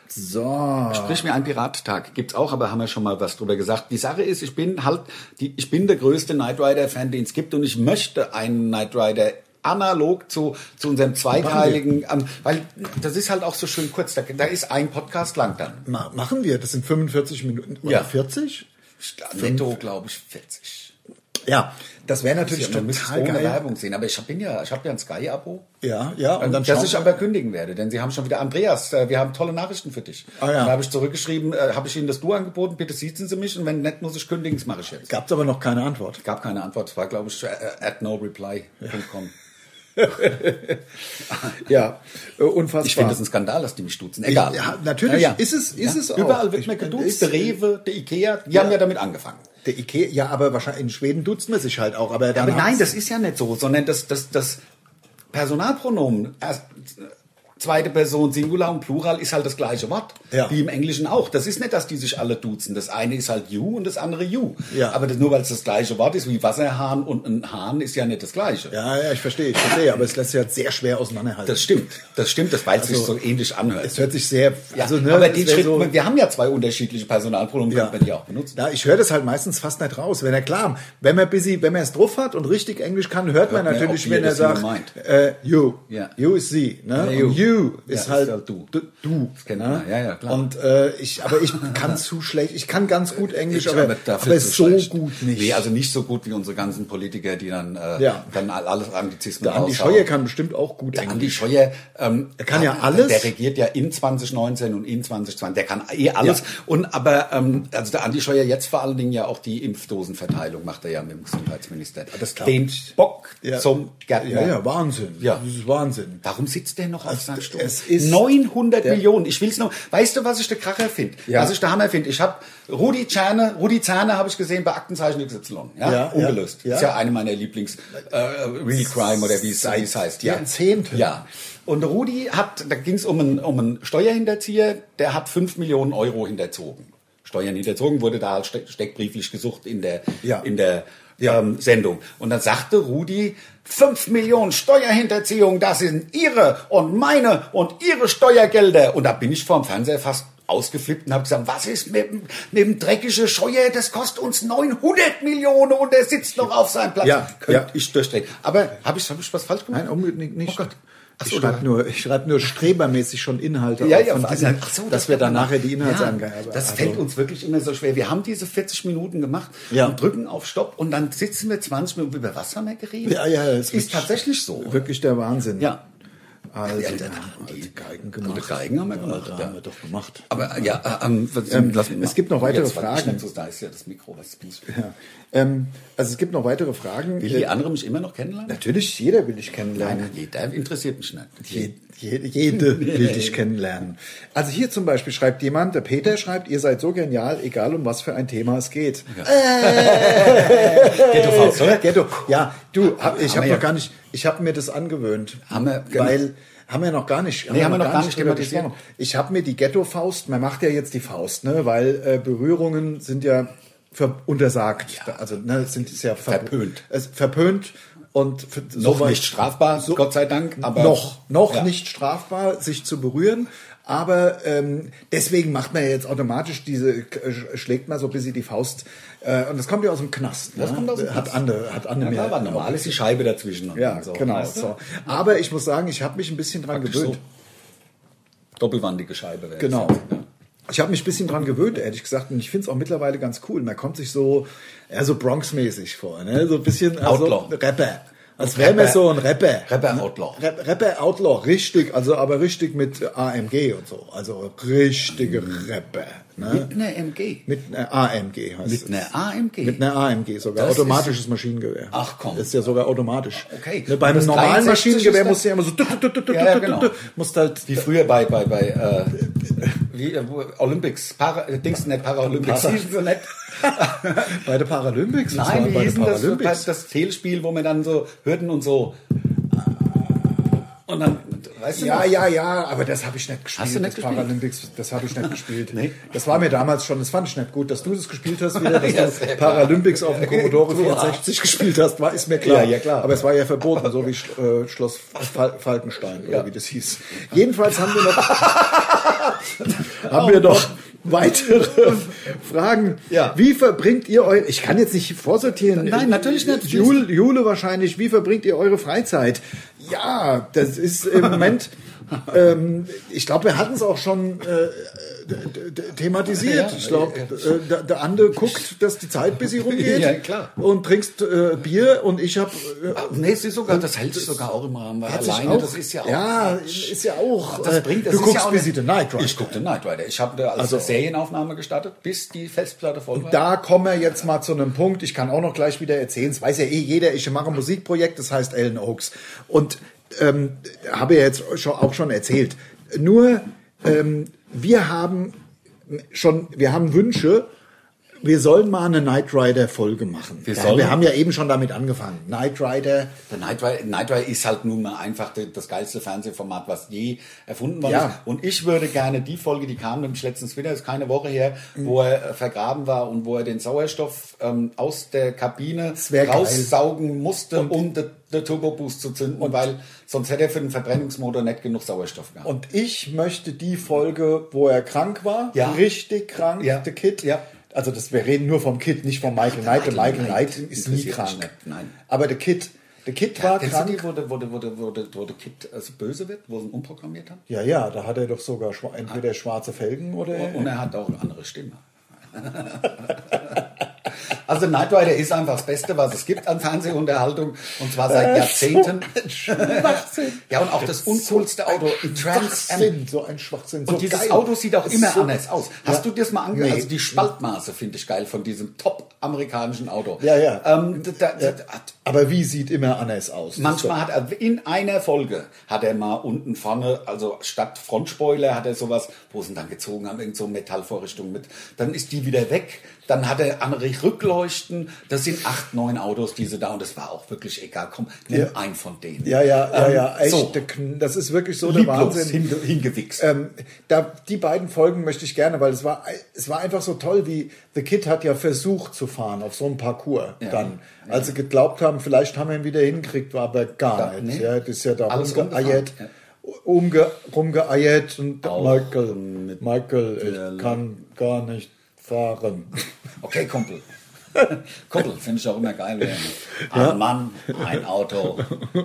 so. Sprich mir ein Pirattag. Gibt's auch, aber haben wir schon mal was drüber gesagt. Die Sache ist, ich bin halt, die, ich bin der größte Knight Rider-Fan, den es gibt, und ich möchte einen Knight Rider analog zu, zu unserem zweiteiligen, ähm, weil das ist halt auch so schön kurz. Da, da ist ein Podcast lang dann. Ma- Machen wir, das sind fünfundvierzig Minuten, oder Ja. vierzig? Netto, glaube ich, vierzig. Ja, das wäre natürlich Ja, man müsste es total ohne geil. Werbung sehen, aber ich habe ja, ich habe ja ein Sky-Abo. Ja, ja, und dann das schauen ich wir- aber kündigen werde, denn sie haben schon wieder, Andreas, äh, wir haben tolle Nachrichten für dich. Ah, ja. Da habe ich zurückgeschrieben, äh, habe ich Ihnen das Du angeboten, bitte siezen Sie mich, und wenn nicht, muss ich kündigen, das mache ich jetzt. Gab's aber noch keine Antwort. Gab keine Antwort, es war, glaube ich, äh, at no reply punkt com. Ja, äh, unfassbar. Ich finde das ein Skandal, dass die mich duzen. Egal. Ja, natürlich ist es- ist es auch. Überall wird Ich- mir geduzt. ist- Der Rewe, der Ikea, die Ja. haben ja damit angefangen. Der Ikea, ja, aber wahrscheinlich in Schweden duzt man sich halt auch. Aber, dann Aber nein, hat's- das ist ja nicht so, sondern das, das, das Personalpronomen, erst, zweite Person, Singular und Plural, ist halt das gleiche Wort. Ja. Wie im Englischen auch. Das ist nicht, dass die sich alle duzen. Das eine ist halt you und das andere you. Ja. Aber das, nur weil es das gleiche Wort ist, wie Wasserhahn und ein Hahn, ist ja nicht das gleiche. Ja, ja, ich verstehe, ich verstehe, aber es lässt sich halt sehr schwer auseinanderhalten. Das stimmt. Das stimmt, das, weil es sich Also, so ähnlich anhört. Es hört sich sehr, Ja, also, ne, aber das den wär Schritt, so, wir haben ja zwei unterschiedliche Personalpronomen, ja. könnte man die auch benutzen. Ja, ich höre das halt meistens fast nicht raus. Wenn er klar, wenn man busy, wenn man es drauf hat und richtig Englisch kann, hört, man man, natürlich, ob wenn ihr er das immer sagt, meint. äh, you, Ja. you ist sie, ne? Ja, Und you. you Ja, ist ist halt halt du. du. du Das kennt ne? man. Ja, ja, klar. Und äh, ich, aber ich kann zu schlecht. Ich kann ganz gut Englisch, Ich aber, aber dafür aber zu so schlecht. gut nicht. Nee, also nicht so gut wie unsere ganzen Politiker, die dann, äh, Ja. dann all- alles Anglizismen der Andi raushauen. Scheuer kann bestimmt auch gut Der Andi Englisch. Scheuer, ähm, Er kann ja hat- alles. Der regiert ja in zwanzig neunzehn und in zwanzig zwanzig. Der kann eh alles. Ja. Und aber ähm, also der Andi Scheuer jetzt vor allen Dingen ja auch die Impfdosenverteilung macht er ja mit dem Gesundheitsminister. das glaub Den ich. Bock Ja. zum Gärtner. Ja, ja, Wahnsinn. Ja. Das ist Wahnsinn. Warum sitzt der noch auf seinem Stuhl? es ist- neunhundert der- Millionen. Ich will's noch. Weißt du, was ich der Kracher finde? Ja. Was ich der Hammer finde? Ich habe Rudi Zerne, Rudi Zerne habe ich gesehen bei Aktenzeichen X Y. Ja, Ja, ungelöst. ja. Ist ja eine meiner Lieblings äh, Real Crime oder wie es wie es heißt. Ja. Jahrzehnten. Ja. Und Rudi hat, da ging es um einen, um einen Steuerhinterzieher, der hat fünf Millionen Euro hinterzogen. Steuern hinterzogen, wurde da halt steck, steckbrieflich gesucht in der, Ja. in der Ja. ähm, Sendung. Und dann sagte Rudi, fünf Millionen Steuerhinterziehung, das sind ihre und meine und ihre Steuergelder. Und da bin ich vorm Fernseher fast ausgeflippt und habe gesagt, was ist mit, dem- mit dem dreckigen Scheuer, das kostet uns neunhundert Millionen und der sitzt noch auf seinem Platz. Ja, Könnte ja. ich durchdrehen. Aber habe ich, hab ich was falsch gemacht? Nein, unbedingt nicht. Oh Gott. Ach Ich so, schreibe da- nur, ich schreibe nur strebermäßig schon Inhalte Ja, auf ja, von also, diesen, ach so, dass wir dann nachher die Inhaltsangabe. Ja, das also- fällt uns wirklich immer so schwer. Wir haben diese vierzig Minuten gemacht Ja. und drücken auf Stopp und dann sitzen wir zwanzig Minuten. Über was haben wir geredet? Ja, ja, das ist tatsächlich so. Wirklich der Wahnsinn. Ja. Also, Ja, ja, da- die die- Geigen Gute gemacht. Geigen haben wir gemacht. Ja, Ja. haben wir doch gemacht. Aber äh, ja, äh, ähm, was, Ähm, lass mich es mal. gibt noch weitere Jetzt, weil ich Fragen. nicht so, da ist ja das Mikro, was spielst du? Ja. Ähm, also es gibt noch weitere Fragen. Will die andere mich immer noch kennenlernen? Natürlich, jeder will dich kennenlernen. Nein, jeder interessiert mich nicht. Je, jede, jede will dich kennenlernen. Also hier zum Beispiel schreibt jemand, der Peter schreibt, ihr seid so genial, egal um was für ein Thema es geht. Ghetto Faust, oder? Ghetto. Ja, du, hab, ich Haben habe wir noch ja- gar nicht, ich habe mir das angewöhnt. Haben wir- weil haben wir noch gar nicht, Nee, haben wir noch gar nicht drüber thematisiert. gesprochen. Ich habe mir die Ghetto-Faust, man macht ja jetzt die Faust, ne, weil äh, Berührungen sind ja ver untersagt. Also ne, sind es ja ver Verpönt. Es, verpönt und für, Noch soweit- nicht strafbar, so- Gott sei Dank. Aber noch, noch ja. nicht strafbar, sich zu berühren. Aber ähm, deswegen macht man ja jetzt automatisch diese, äh, schlägt man so ein bisschen die Faust. Äh, und das kommt ja aus dem Knast. Das ne? kommt aus dem Hat Knast. Anne, hat Anne Ja, mir. klar, aber normal ist die Scheibe dazwischen. Und Ja, so, genau. weißt du? So. Aber ich muss sagen, ich habe mich ein bisschen dran Praktisch gewöhnt. so. Doppelwandige Scheibe wäre Genau. das, ja. Ich habe mich ein bisschen dran gewöhnt, ehrlich gesagt, und ich finde es auch mittlerweile ganz cool. Man kommt sich so, ja, so Bronx-mäßig vor, ne? So ein bisschen also, Outlaw. Rapper. Als wäre man Rapper. so ein Rapper. Rapper Outlaw. Rap- Rapper Outlaw, richtig, also aber richtig mit A M G und so. Also richtige Rapper. Ne? Mit einer M G. Mit einer A M G heißt Mit es. einer A M G. Mit einer A M G sogar. Das Automatisches Maschinengewehr. Ach, komm. Ist ja sogar automatisch. Okay. Ne, beim Und das normalen dreiundsechzig Maschinengewehr ist musst du ja immer so. tut, tut, tut, tut, Ja, ja, tut, genau. tut, musst halt. Wie früher bei, bei, bei äh, wie, äh, wo- Olympics. Para, äh, Dings nicht Paralympics. Para- Hießen sie nicht. Bei der Paralympics? Was war Nein, wie bei der hießen das? Paralympics? Das, das Zählspiel, wo man dann so Hürden und so. Und dann, weißt du Ja, noch? ja, ja, aber das habe ich nicht gespielt. Hast du nicht das gespielt? Paralympics, das habe ich nicht gespielt. Nee. Das war mir damals schon, das fand ich nicht gut, dass du das gespielt hast, wieder, dass Ja, du sehr klar. Paralympics auf dem Commodore Du vierundsechzig gespielt hast, war, ist mir klar. Ja, ja, klar. Aber es war ja verboten, so wie Sch- äh, Schloss Fal Falkenstein, oder wie das hieß. Jedenfalls haben wir noch, haben wir noch weitere Fragen. Ja. Wie verbringt ihr eure, ich kann jetzt nicht vorsortieren. Nein, natürlich nicht. Jule, Jule wahrscheinlich, wie verbringt ihr eure Freizeit? Ja, das ist im Moment, ähm, ich glaube, wir hatten es auch schon äh, d- d- thematisiert. Ja, ich glaube, äh, der, der Ande guckt, dass die Zeit bis sie rumgeht. Ja, klar. Und trinkst äh, Bier und ich habe äh, Nee, es ist sogar, das hält sich sogar auch im Rahmen, weil Hat sich alleine, auch- das ist ja auch. ja, Quatsch. ist ja auch. Das äh, bringt, das du ist guckst ja auch bis nicht- sie The Night Rider. Ich guckte Knight Rider. Ich habe als Also- Serienaufnahme gestartet, bis die Festplatte voll war. Da kommen wir jetzt mal zu einem Punkt. Ich kann auch noch gleich wieder erzählen. Es weiß ja eh jeder. Ich mache ein Musikprojekt, das heißt Ellen Oaks. Und ähm, habe ja jetzt schon, auch schon erzählt. Nur ähm, wir haben schon, wir haben Wünsche. Wir sollen mal eine Knight Rider Folge machen. Wir ja, sollen- wir haben ja eben schon damit angefangen. Knight Rider. Der Knight Rider, Knight Rider ist halt nun mal einfach das geilste Fernsehformat, was je erfunden worden Ja. ist. Und ich würde gerne die Folge, die kam nämlich letztens wieder, ist keine Woche her, wo er äh, vergraben war und wo er den Sauerstoff ähm, aus der Kabine wär geil. raussaugen musste, um den Turbo-Boost zu zünden, weil sonst hätte er für den Verbrennungsmotor nicht genug Sauerstoff gehabt. Und ich möchte die Folge, wo er krank war, Ja. richtig krank, Ja. The Kid. Ja. Also das, wir reden nur vom Kid, nicht von Michael Knight. Der Michael Michael Knight Knight ist nie interessiert mich krank. nicht, nein. Aber der Kid, der Kid war Kennst du krank. die, wo der, wo der, wo der, wo der, wo der Kid also böse wird, wo sie ihn umprogrammiert haben? Ja, ja, da hat er doch sogar schwa- entweder schwarze Felgen oder. Und er hat auch eine andere Stimme. Also Knight Rider ist einfach das Beste, was es gibt an Fernsehunterhaltung. Und zwar seit Jahrzehnten. Ja, und auch das uncoolste Auto. Trans Am. Schwachsinn, so ein Schwachsinn. So Und dieses geil. Auto sieht auch Es immer ist so- anders aus. Hast Ja. du dir das mal angeschaut? Nee. Also die Spaltmaße finde ich geil von diesem top-amerikanischen Auto. Ja, ja. Ähm, da, da, da, Aber wie sieht immer anders aus? Manchmal hat er in einer Folge hat er mal unten vorne, also statt Frontspoiler hat er sowas, wo sie ihn dann gezogen haben, irgend so Metallvorrichtung mit. Dann ist die wieder weg. Dann hat er andere Rückleuchten. Das sind acht, neun Autos, diese da. Und das war auch wirklich egal. Komm, nimm Ja. einen von denen. Ja, ja, ja, Ähm, ja. Echt, so. der Kn- das ist wirklich so der Lieblos Wahnsinn. hinge, hingewichst. Ähm, da, die beiden Folgen möchte ich gerne, weil es war, es war einfach so toll, wie The Kid hat ja versucht zu fahren auf so einem Parcours Ja. dann. Als sie geglaubt haben, vielleicht haben wir ihn wieder hingekriegt, war aber gar Da- nicht. nee. Ja, das ist ja da Alles rumgeeiert, rumgefahren, umge, rumgeeiert und Auch Michael, mit Michael, der- ich kann gar nicht fahren. Okay, Kumpel. Kumpel, finde ich auch immer geil. Werden. Ein Mann, ein Auto.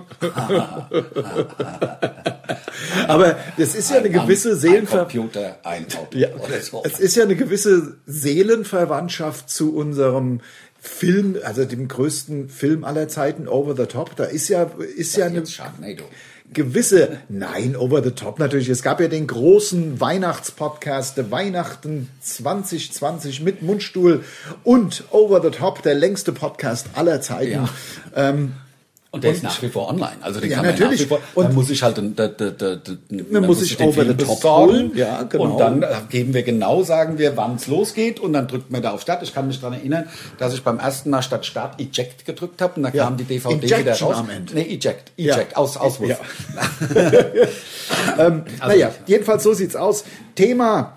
Aber das ist ja eine ein Mann, gewisse ein Seelenver... Computer, ein Auto. Ja, Oder so. es ist ja eine gewisse Seelenverwandtschaft zu unserem Film, also dem größten Film aller Zeiten, Over the Top. Da ist ja, ist ja eine, Jetzt Sharknado. gewisse, nein, over the top natürlich. Es gab ja den großen Weihnachtspodcast, der Weihnachten zwanzig zwanzig mit Mundstuhl und over the top, der längste Podcast aller Zeiten. Ja. Ähm, Und der und, ist nach wie vor online. Also den ja, kann man natürlich. Nach wie vor, und man muss sich halt, da, da, da, da, man, man muss sich den over Film the top besorgen. holen. Ja, genau. Und dann äh, geben wir genau, sagen wir, wann es losgeht. Und dann drückt man da auf Start. Ich kann mich daran erinnern, dass ich beim ersten Mal statt Start Eject gedrückt habe. Und dann ja. kam die D V D Injection wieder raus. Am Ende. Nee, Eject. Eject. Ja. Aus, Auswurf. Ja. ähm, also, naja, jedenfalls so sieht's aus. Thema,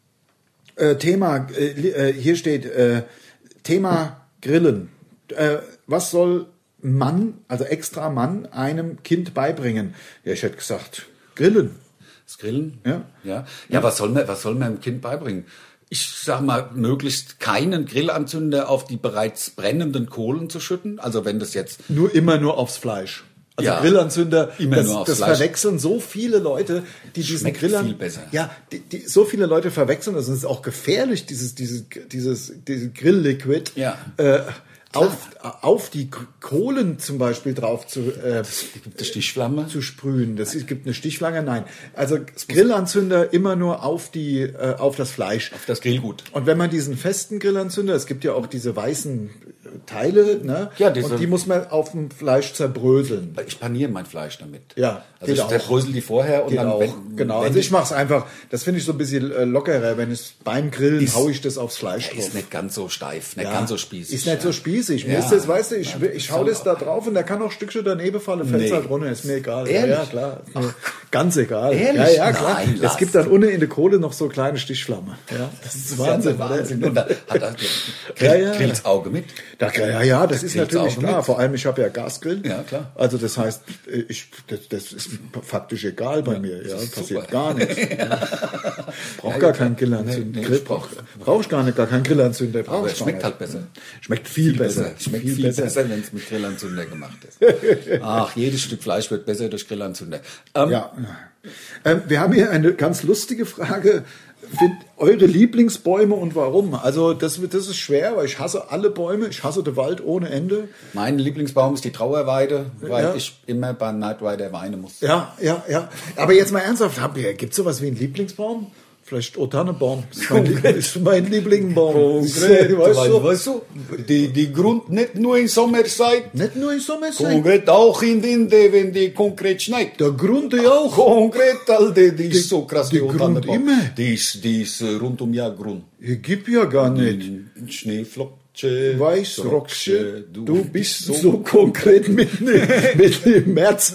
äh, Thema, äh, hier steht, äh, Thema Grillen. Äh, was soll Mann, also extra Mann, einem Kind beibringen? Ja, ich hätte gesagt, Grillen. Das Grillen? Ja. Ja, ja was soll man, was soll man dem Kind beibringen? Ich sag mal, möglichst keinen Grillanzünder auf die bereits brennenden Kohlen zu schütten. Also wenn das jetzt... Nur immer nur aufs Fleisch. Also ja, Grillanzünder, immer das, nur aufs das Fleisch. Verwechseln so viele Leute, die diesen Schmeckt Grillern... viel besser. Ja, die, die, so viele Leute verwechseln das. Und es ist auch gefährlich, dieses, dieses, dieses, dieses Grillliquid. Ja. Äh, Auf, auf die Kohlen zum Beispiel drauf zu, äh, gibt eine Stichflamme zu sprühen. Das ist, gibt eine Stichflamme, nein. Also Grillanzünder immer nur auf die, äh, auf das Fleisch. Auf das Grillgut. Und wenn man diesen festen Grillanzünder, es gibt ja auch diese weißen Teile, ne? Ja, diese, und die muss man auf dem Fleisch zerbröseln. Ich paniere mein Fleisch damit. Ja, also ich zerbrösel die vorher und geht dann auch. Wenn, genau. Wenn also ich mache es einfach. Das finde ich so ein bisschen äh, lockerer, wenn es beim Grillen ist, hau ich das aufs Fleisch drauf. Ist nicht ganz so steif, nicht ja, ganz so spießig. Ist nicht ja. so spießig. Mir ja. ist das, weißt du, ich, ich hau das da drauf und da kann auch ein Stückchen daneben fallen, fällt Nee. halt runter, ist mir egal. Ehrlich? Ja, klar. Ist mir ganz egal. Ehrlich? Ja, ja, klar. Nein, es lass. gibt dann unten in der Kohle noch so kleine Stichflammen. Ja, das ist Wahnsinn. Wahnsinn. Und da hat er Ja, ja. Grill's Auge mit. Da, ja, ja, das ist Grill's natürlich auch klar. mit. Vor allem, ich habe ja Gasgrill. Ja, klar. Also das heißt, ich, das, das ist faktisch egal bei mir. Ja, ist passiert super. gar nichts. Ja. Brauch gar keinen Grillanzünder. Nee, nee, Grill, ich brauch- brauch, brauch ich gar nicht, gar keinen Grillanzünder. Brauch Aber ich es gar schmeckt nicht. halt besser. Schmeckt viel, besser. Schmeckt viel, besser, wenn es mit Grillanzünder gemacht ist. Ach, jedes Stück Fleisch wird besser durch Grillanzünder. Ähm, Ja. Ähm, wir haben hier eine ganz lustige Frage. Find eure Lieblingsbäume und warum? Also das, das ist schwer, weil ich hasse alle Bäume. Ich hasse den Wald ohne Ende. Mein Lieblingsbaum ist die Trauerweide, weil Ja. ich immer beim Night Rider weinen muss. Ja, ja, ja. Aber jetzt mal ernsthaft, gibt es sowas wie einen Lieblingsbaum? Vielleicht O-Tannenbaum. Das ist mein, Lieb- ist mein Lieblingsbaum. Konkret, weißt du? weißt du, die, die Grund nicht nur in Sommerzeit, Nicht nur im Sommerzeit. konkret auch in Winter, wenn die konkret schneit. Der Grund ja auch. Konkret, Alter, die ist so krass, die die Grund Tannenbaum. immer. Die ist, die ist äh, rund um Jahr grün. Ich gib ja gar nicht. Schneeflocksche, Weißrocksche, du bist so, konkret mit, mit im März.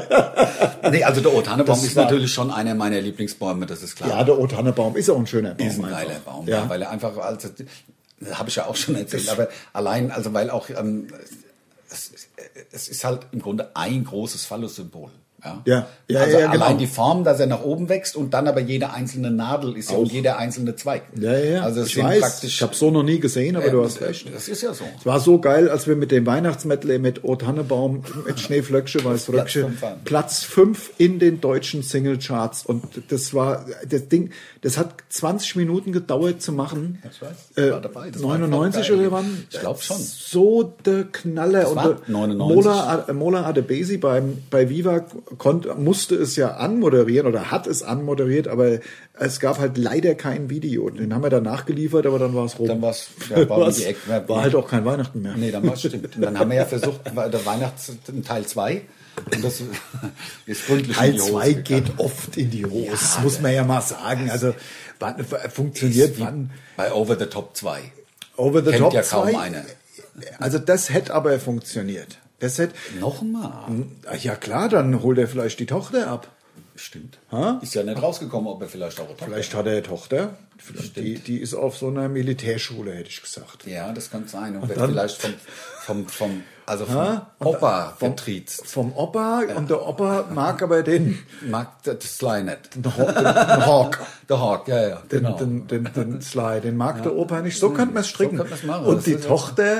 Nee, also der O-Tannenbaum Das ist war- natürlich schon einer meiner Lieblingsbäume, das ist klar. Ja, der O-Tannenbaum ist auch ein schöner Baum. Ist ein einfach. geiler Baum, Ja. ja. weil er einfach, also, habe ich ja auch schon erzählt, aber allein, also weil auch, ähm, es, es ist halt im Grunde ein großes Phallus-Symbol. Ja, Ja, ja, also ja, genau. allein die Form, dass er nach oben wächst und dann aber jede einzelne Nadel ist ja und jeder einzelne Zweig. Ja, ja, ja. Also es ich sind weiß, praktisch. ich habe so noch nie gesehen, aber äh, du hast recht. Das ist ja so. Es war so geil, als wir mit dem Weihnachtsmedley mit O Tannenbaum, mit Schneeflöckche, Weißröckche, fünf waren. Platz fünf in den deutschen Singlecharts. Und das war, das Ding, das hat zwanzig Minuten gedauert zu machen. Ich weiß, Äh, ich war dabei. Das war neunundneunzig voll geil. oder wann? Ich glaub schon. So der Knaller. Und war der neunundneunzig. Mola, Mola Adebesi beim, bei Viva konnte, musste es ja anmoderieren oder hat es anmoderiert, aber es gab halt leider kein Video. Den haben wir dann nachgeliefert, aber dann war es rum. Dann war's, ja, war um War's- die Ecke. war halt auch kein Weihnachten mehr. Nee, dann war es stimmt. Und dann haben wir ja versucht, der Weihnachts Teil zwei. Und das ist gründlich in Teil die Hose zwei gegangen. geht oft in die Hose, Ja, muss man ja mal sagen. Also wann, funktioniert Wie wann? bei Over the Top zwei. Over the Kennt Top ja kaum zwei? einer. Also das hätte aber funktioniert. Das hätte, Nochmal. ja klar, dann holt er vielleicht die Tochter ab. Stimmt. Ha? Ist ja nicht rausgekommen, ob er vielleicht auch eine Tochter Vielleicht hat er eine Tochter. Vielleicht die, die ist auf so einer Militärschule, hätte ich gesagt. Ja, das kann sein. Und, wird dann- vielleicht vom, vom, vom, also vom Ha? Und Opa vom- vertriezt. Vom Opa, und der Opa mag aber den, Mag das Sly nicht. den, Haw- den Hawk. Der Hawk, ja, ja. Den, Genau. den, den, den Sly, den mag der Opa nicht. So könnte man es stricken. könnte man's machen. Und Das die ist ja- Tochter,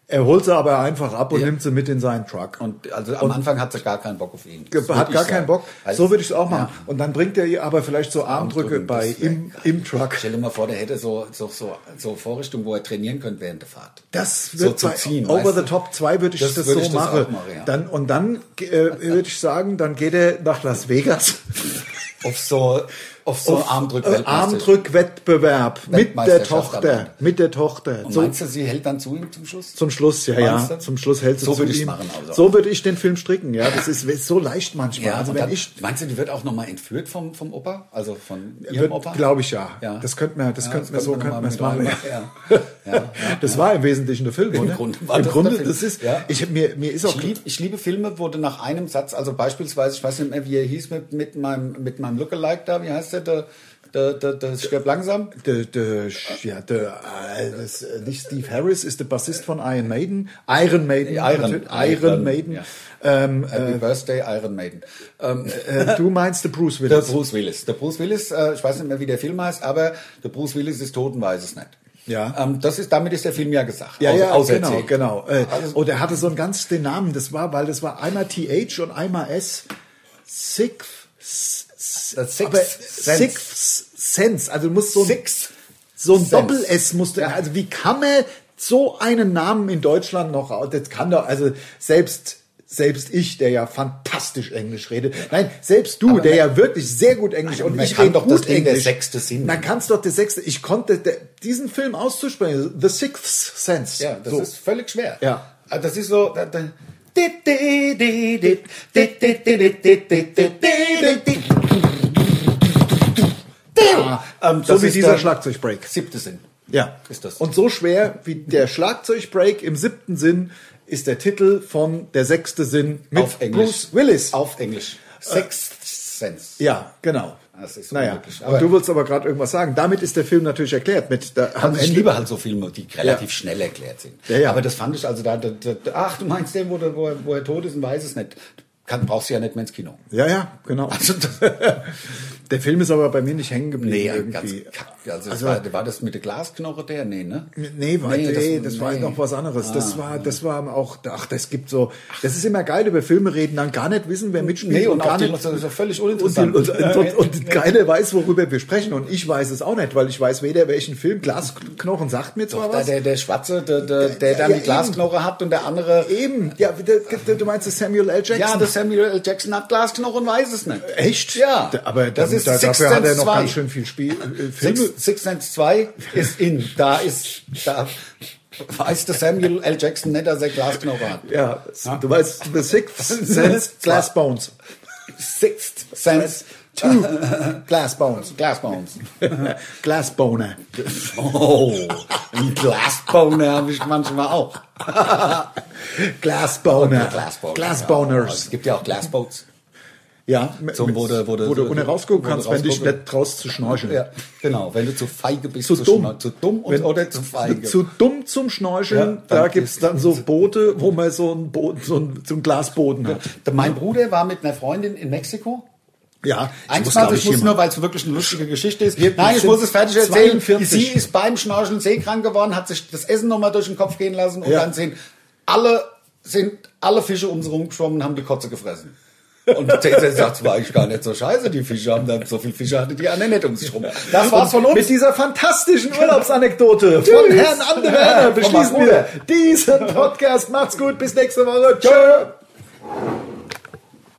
Er holt sie aber einfach ab und ja. nimmt sie mit in seinen Truck. Und also am und Anfang hat sie gar keinen Bock auf ihn. Das hat gar keinen Bock. Also so würde ich es auch machen. Ja. Und dann bringt er ihr aber vielleicht so Armdrücke bei im, im Truck. Stell dir mal vor, der hätte so, so, so, so Vorrichtungen, wo er trainieren könnte während der Fahrt. Das wird so bei ziehen, Over the Top zwei würde ich das, das würd so ich machen. Das machen ja. Dann, und dann äh, würde ich sagen, dann geht er nach Las Vegas. Auf so, auf so auf Armdrück-Weltmeisterschaft. Armdrück-Wettbewerb mit der Tochter. Mit der Tochter. Und so, meinst du, sie hält dann zu ihm zum Schluss? Zum Schluss, ja, ja. Du? Zum Schluss hält sie so zu würde ihm. Machen, also. So würde ich den Film stricken, ja. Das ist, ist so leicht manchmal. Ja, also wenn dann, ich, meinst du, die wird auch nochmal entführt vom, vom Opa? Also von ihrem wird, Opa? Glaube ich, ja. ja. Das könnten wir, das ja, könnten das wir, so könnten wir es machen. Ja. Ja. Ja. Ja. Das war im Wesentlichen der Film, oder? Im Grunde, war Im das, Grunde der das ist, ja. ich, mir, mir ist auch... Ich, lieb, ich liebe Filme, wo du nach einem Satz, also beispielsweise, ich weiß nicht mehr, wie er hieß, mit, mit meinem, mit meinem Lookalike da, wie heißt der, der Der, der, der stirbt langsam. Der, der, ja, der, äh, das, nicht Steve Harris ist der Bassist von Iron Maiden. Iron Maiden. Iron, Iron, Iron Maiden. Ja. Ähm, Happy äh, Birthday, Iron Maiden. Ähm, äh, du meinst der Bruce Willis? Der Bruce Willis. Der Bruce Willis, äh, ich weiß nicht mehr, wie der Film heißt, aber der Bruce Willis ist tot und weiß es nicht. Ja. Ähm, das ist, damit ist der Film ja gesagt. Ja, ja, genau, genau. genau. Äh, und er hatte so einen ganz den Namen, das war, weil das war einmal T H und einmal S. Sixth. Das Sixth Sense. Sixth Sense. Also du musst so ein, Six so ein Sense. Doppel-S musste, ja. Also wie kann man so einen Namen in Deutschland noch, das kann doch, also selbst, selbst ich, der ja fantastisch Englisch redet, nein, selbst du, aber der man, ja wirklich sehr gut Englisch, und ich rede doch gut Englisch. Der sechste Sinn. Man kann es doch der sechste, ich konnte der, diesen Film auszusprechen, The Sixth Sense. Ja, das so. ist völlig schwer. Ja. Das ist so, da, da, Ja, ähm, so wie dieser Schlagzeugbreak. Siebte Sinn. Ja. Ist das. Und so schwer wie der Schlagzeugbreak im siebten Sinn ist der Titel von Der sechste Sinn mit auf Englisch. Bruce Willis. Auf Englisch. Sixth Sense. Ja, genau. Das ist so naja, und du willst aber gerade irgendwas sagen. Damit ist der Film natürlich erklärt. Mit der, also ich liebe halt so Filme, die relativ ja. schnell erklärt sind. Ja, ja. Aber das fand ich also da, da, da ach, du meinst den, wo, wo, wo er tot ist und weiß es nicht. Kann, brauchst du ja nicht mehr ins Kino. Ja, ja, genau. Also, der Film ist aber bei mir nicht hängen geblieben. Nee, irgendwie. Ganz kack. Also, also war, war das mit der Glasknoche der? Nee, ne? Nee, war, nee, nee, das, das nee. war noch was anderes. Ah, das war, das war auch, ach, das gibt so, das ist immer geil, über Filme reden, dann gar nicht wissen, wer mitspielt. Nee, und, und gar nicht, nicht, das ist ja völlig uninteressant. Und, und, und, und, und keiner weiß, worüber wir sprechen, und ich weiß es auch nicht, weil ich weiß weder welchen Film. Glasknochen sagt mir zwar Doch, was. Der, der Schwarze, der, der, der dann ja, die Glasknoche hat, und der andere... Eben, ja, der, der, du meinst das Samuel L. Jackson? Ja, der Samuel L. Jackson hat Glasknochen und weiß es nicht. Echt? Ja. Aber das ist da, dafür hat er noch ganz schön viel Spiel. Äh, Filme. Sixth Sense zwei ist in. Da ist, da weiß der Samuel L. Jackson nicht, dass er Glasknochen hat. Ja, ja. Du weißt, The Sixth Sense, Glass Bones. Sixth Sense Two. Glass Bones. Glass Bones. Glass Boner. Oh, ein Glasboner habe ich manchmal auch. Glassboner. Glassboner. Glassboners. Ja. Es gibt ja auch Glassboats. Ja, so, wo du, wo du, wo du ohne rausgucken wo kannst, du wenn dich rausgucken. nicht traust zu schnorcheln. Ja, genau. Wenn du zu feige bist, zu, zu dumm, schnorcheln. Zu dumm und, wenn, oder zu feige. Zu dumm zum Schnorcheln, ja, da gibt es dann so Boote, wo man so einen, Boden, so einen, so einen Glasboden hat. Mein Bruder war mit einer Freundin in Mexiko. Ja, ich muss, ich muss nur, weil es wirklich eine lustige Geschichte ist. Wir, Nein, ich muss es fertig erzählen. zweiundvierzig Sie ist beim Schnorcheln seekrank geworden, hat sich das Essen nochmal durch den Kopf gehen lassen, und ja. dann sind alle, sind alle Fische um sie rumgeschwommen und haben die Kotze gefressen. Und der sagt, es war eigentlich gar nicht so scheiße, die Fische haben dann, so viele Fische hatte die anderen nicht um sich rum. Das war's von uns. Mit dieser fantastischen Urlaubsanekdote von Herrn Anderwerner beschließen wir diesen Podcast. Macht's gut, bis nächste Woche. Tschö.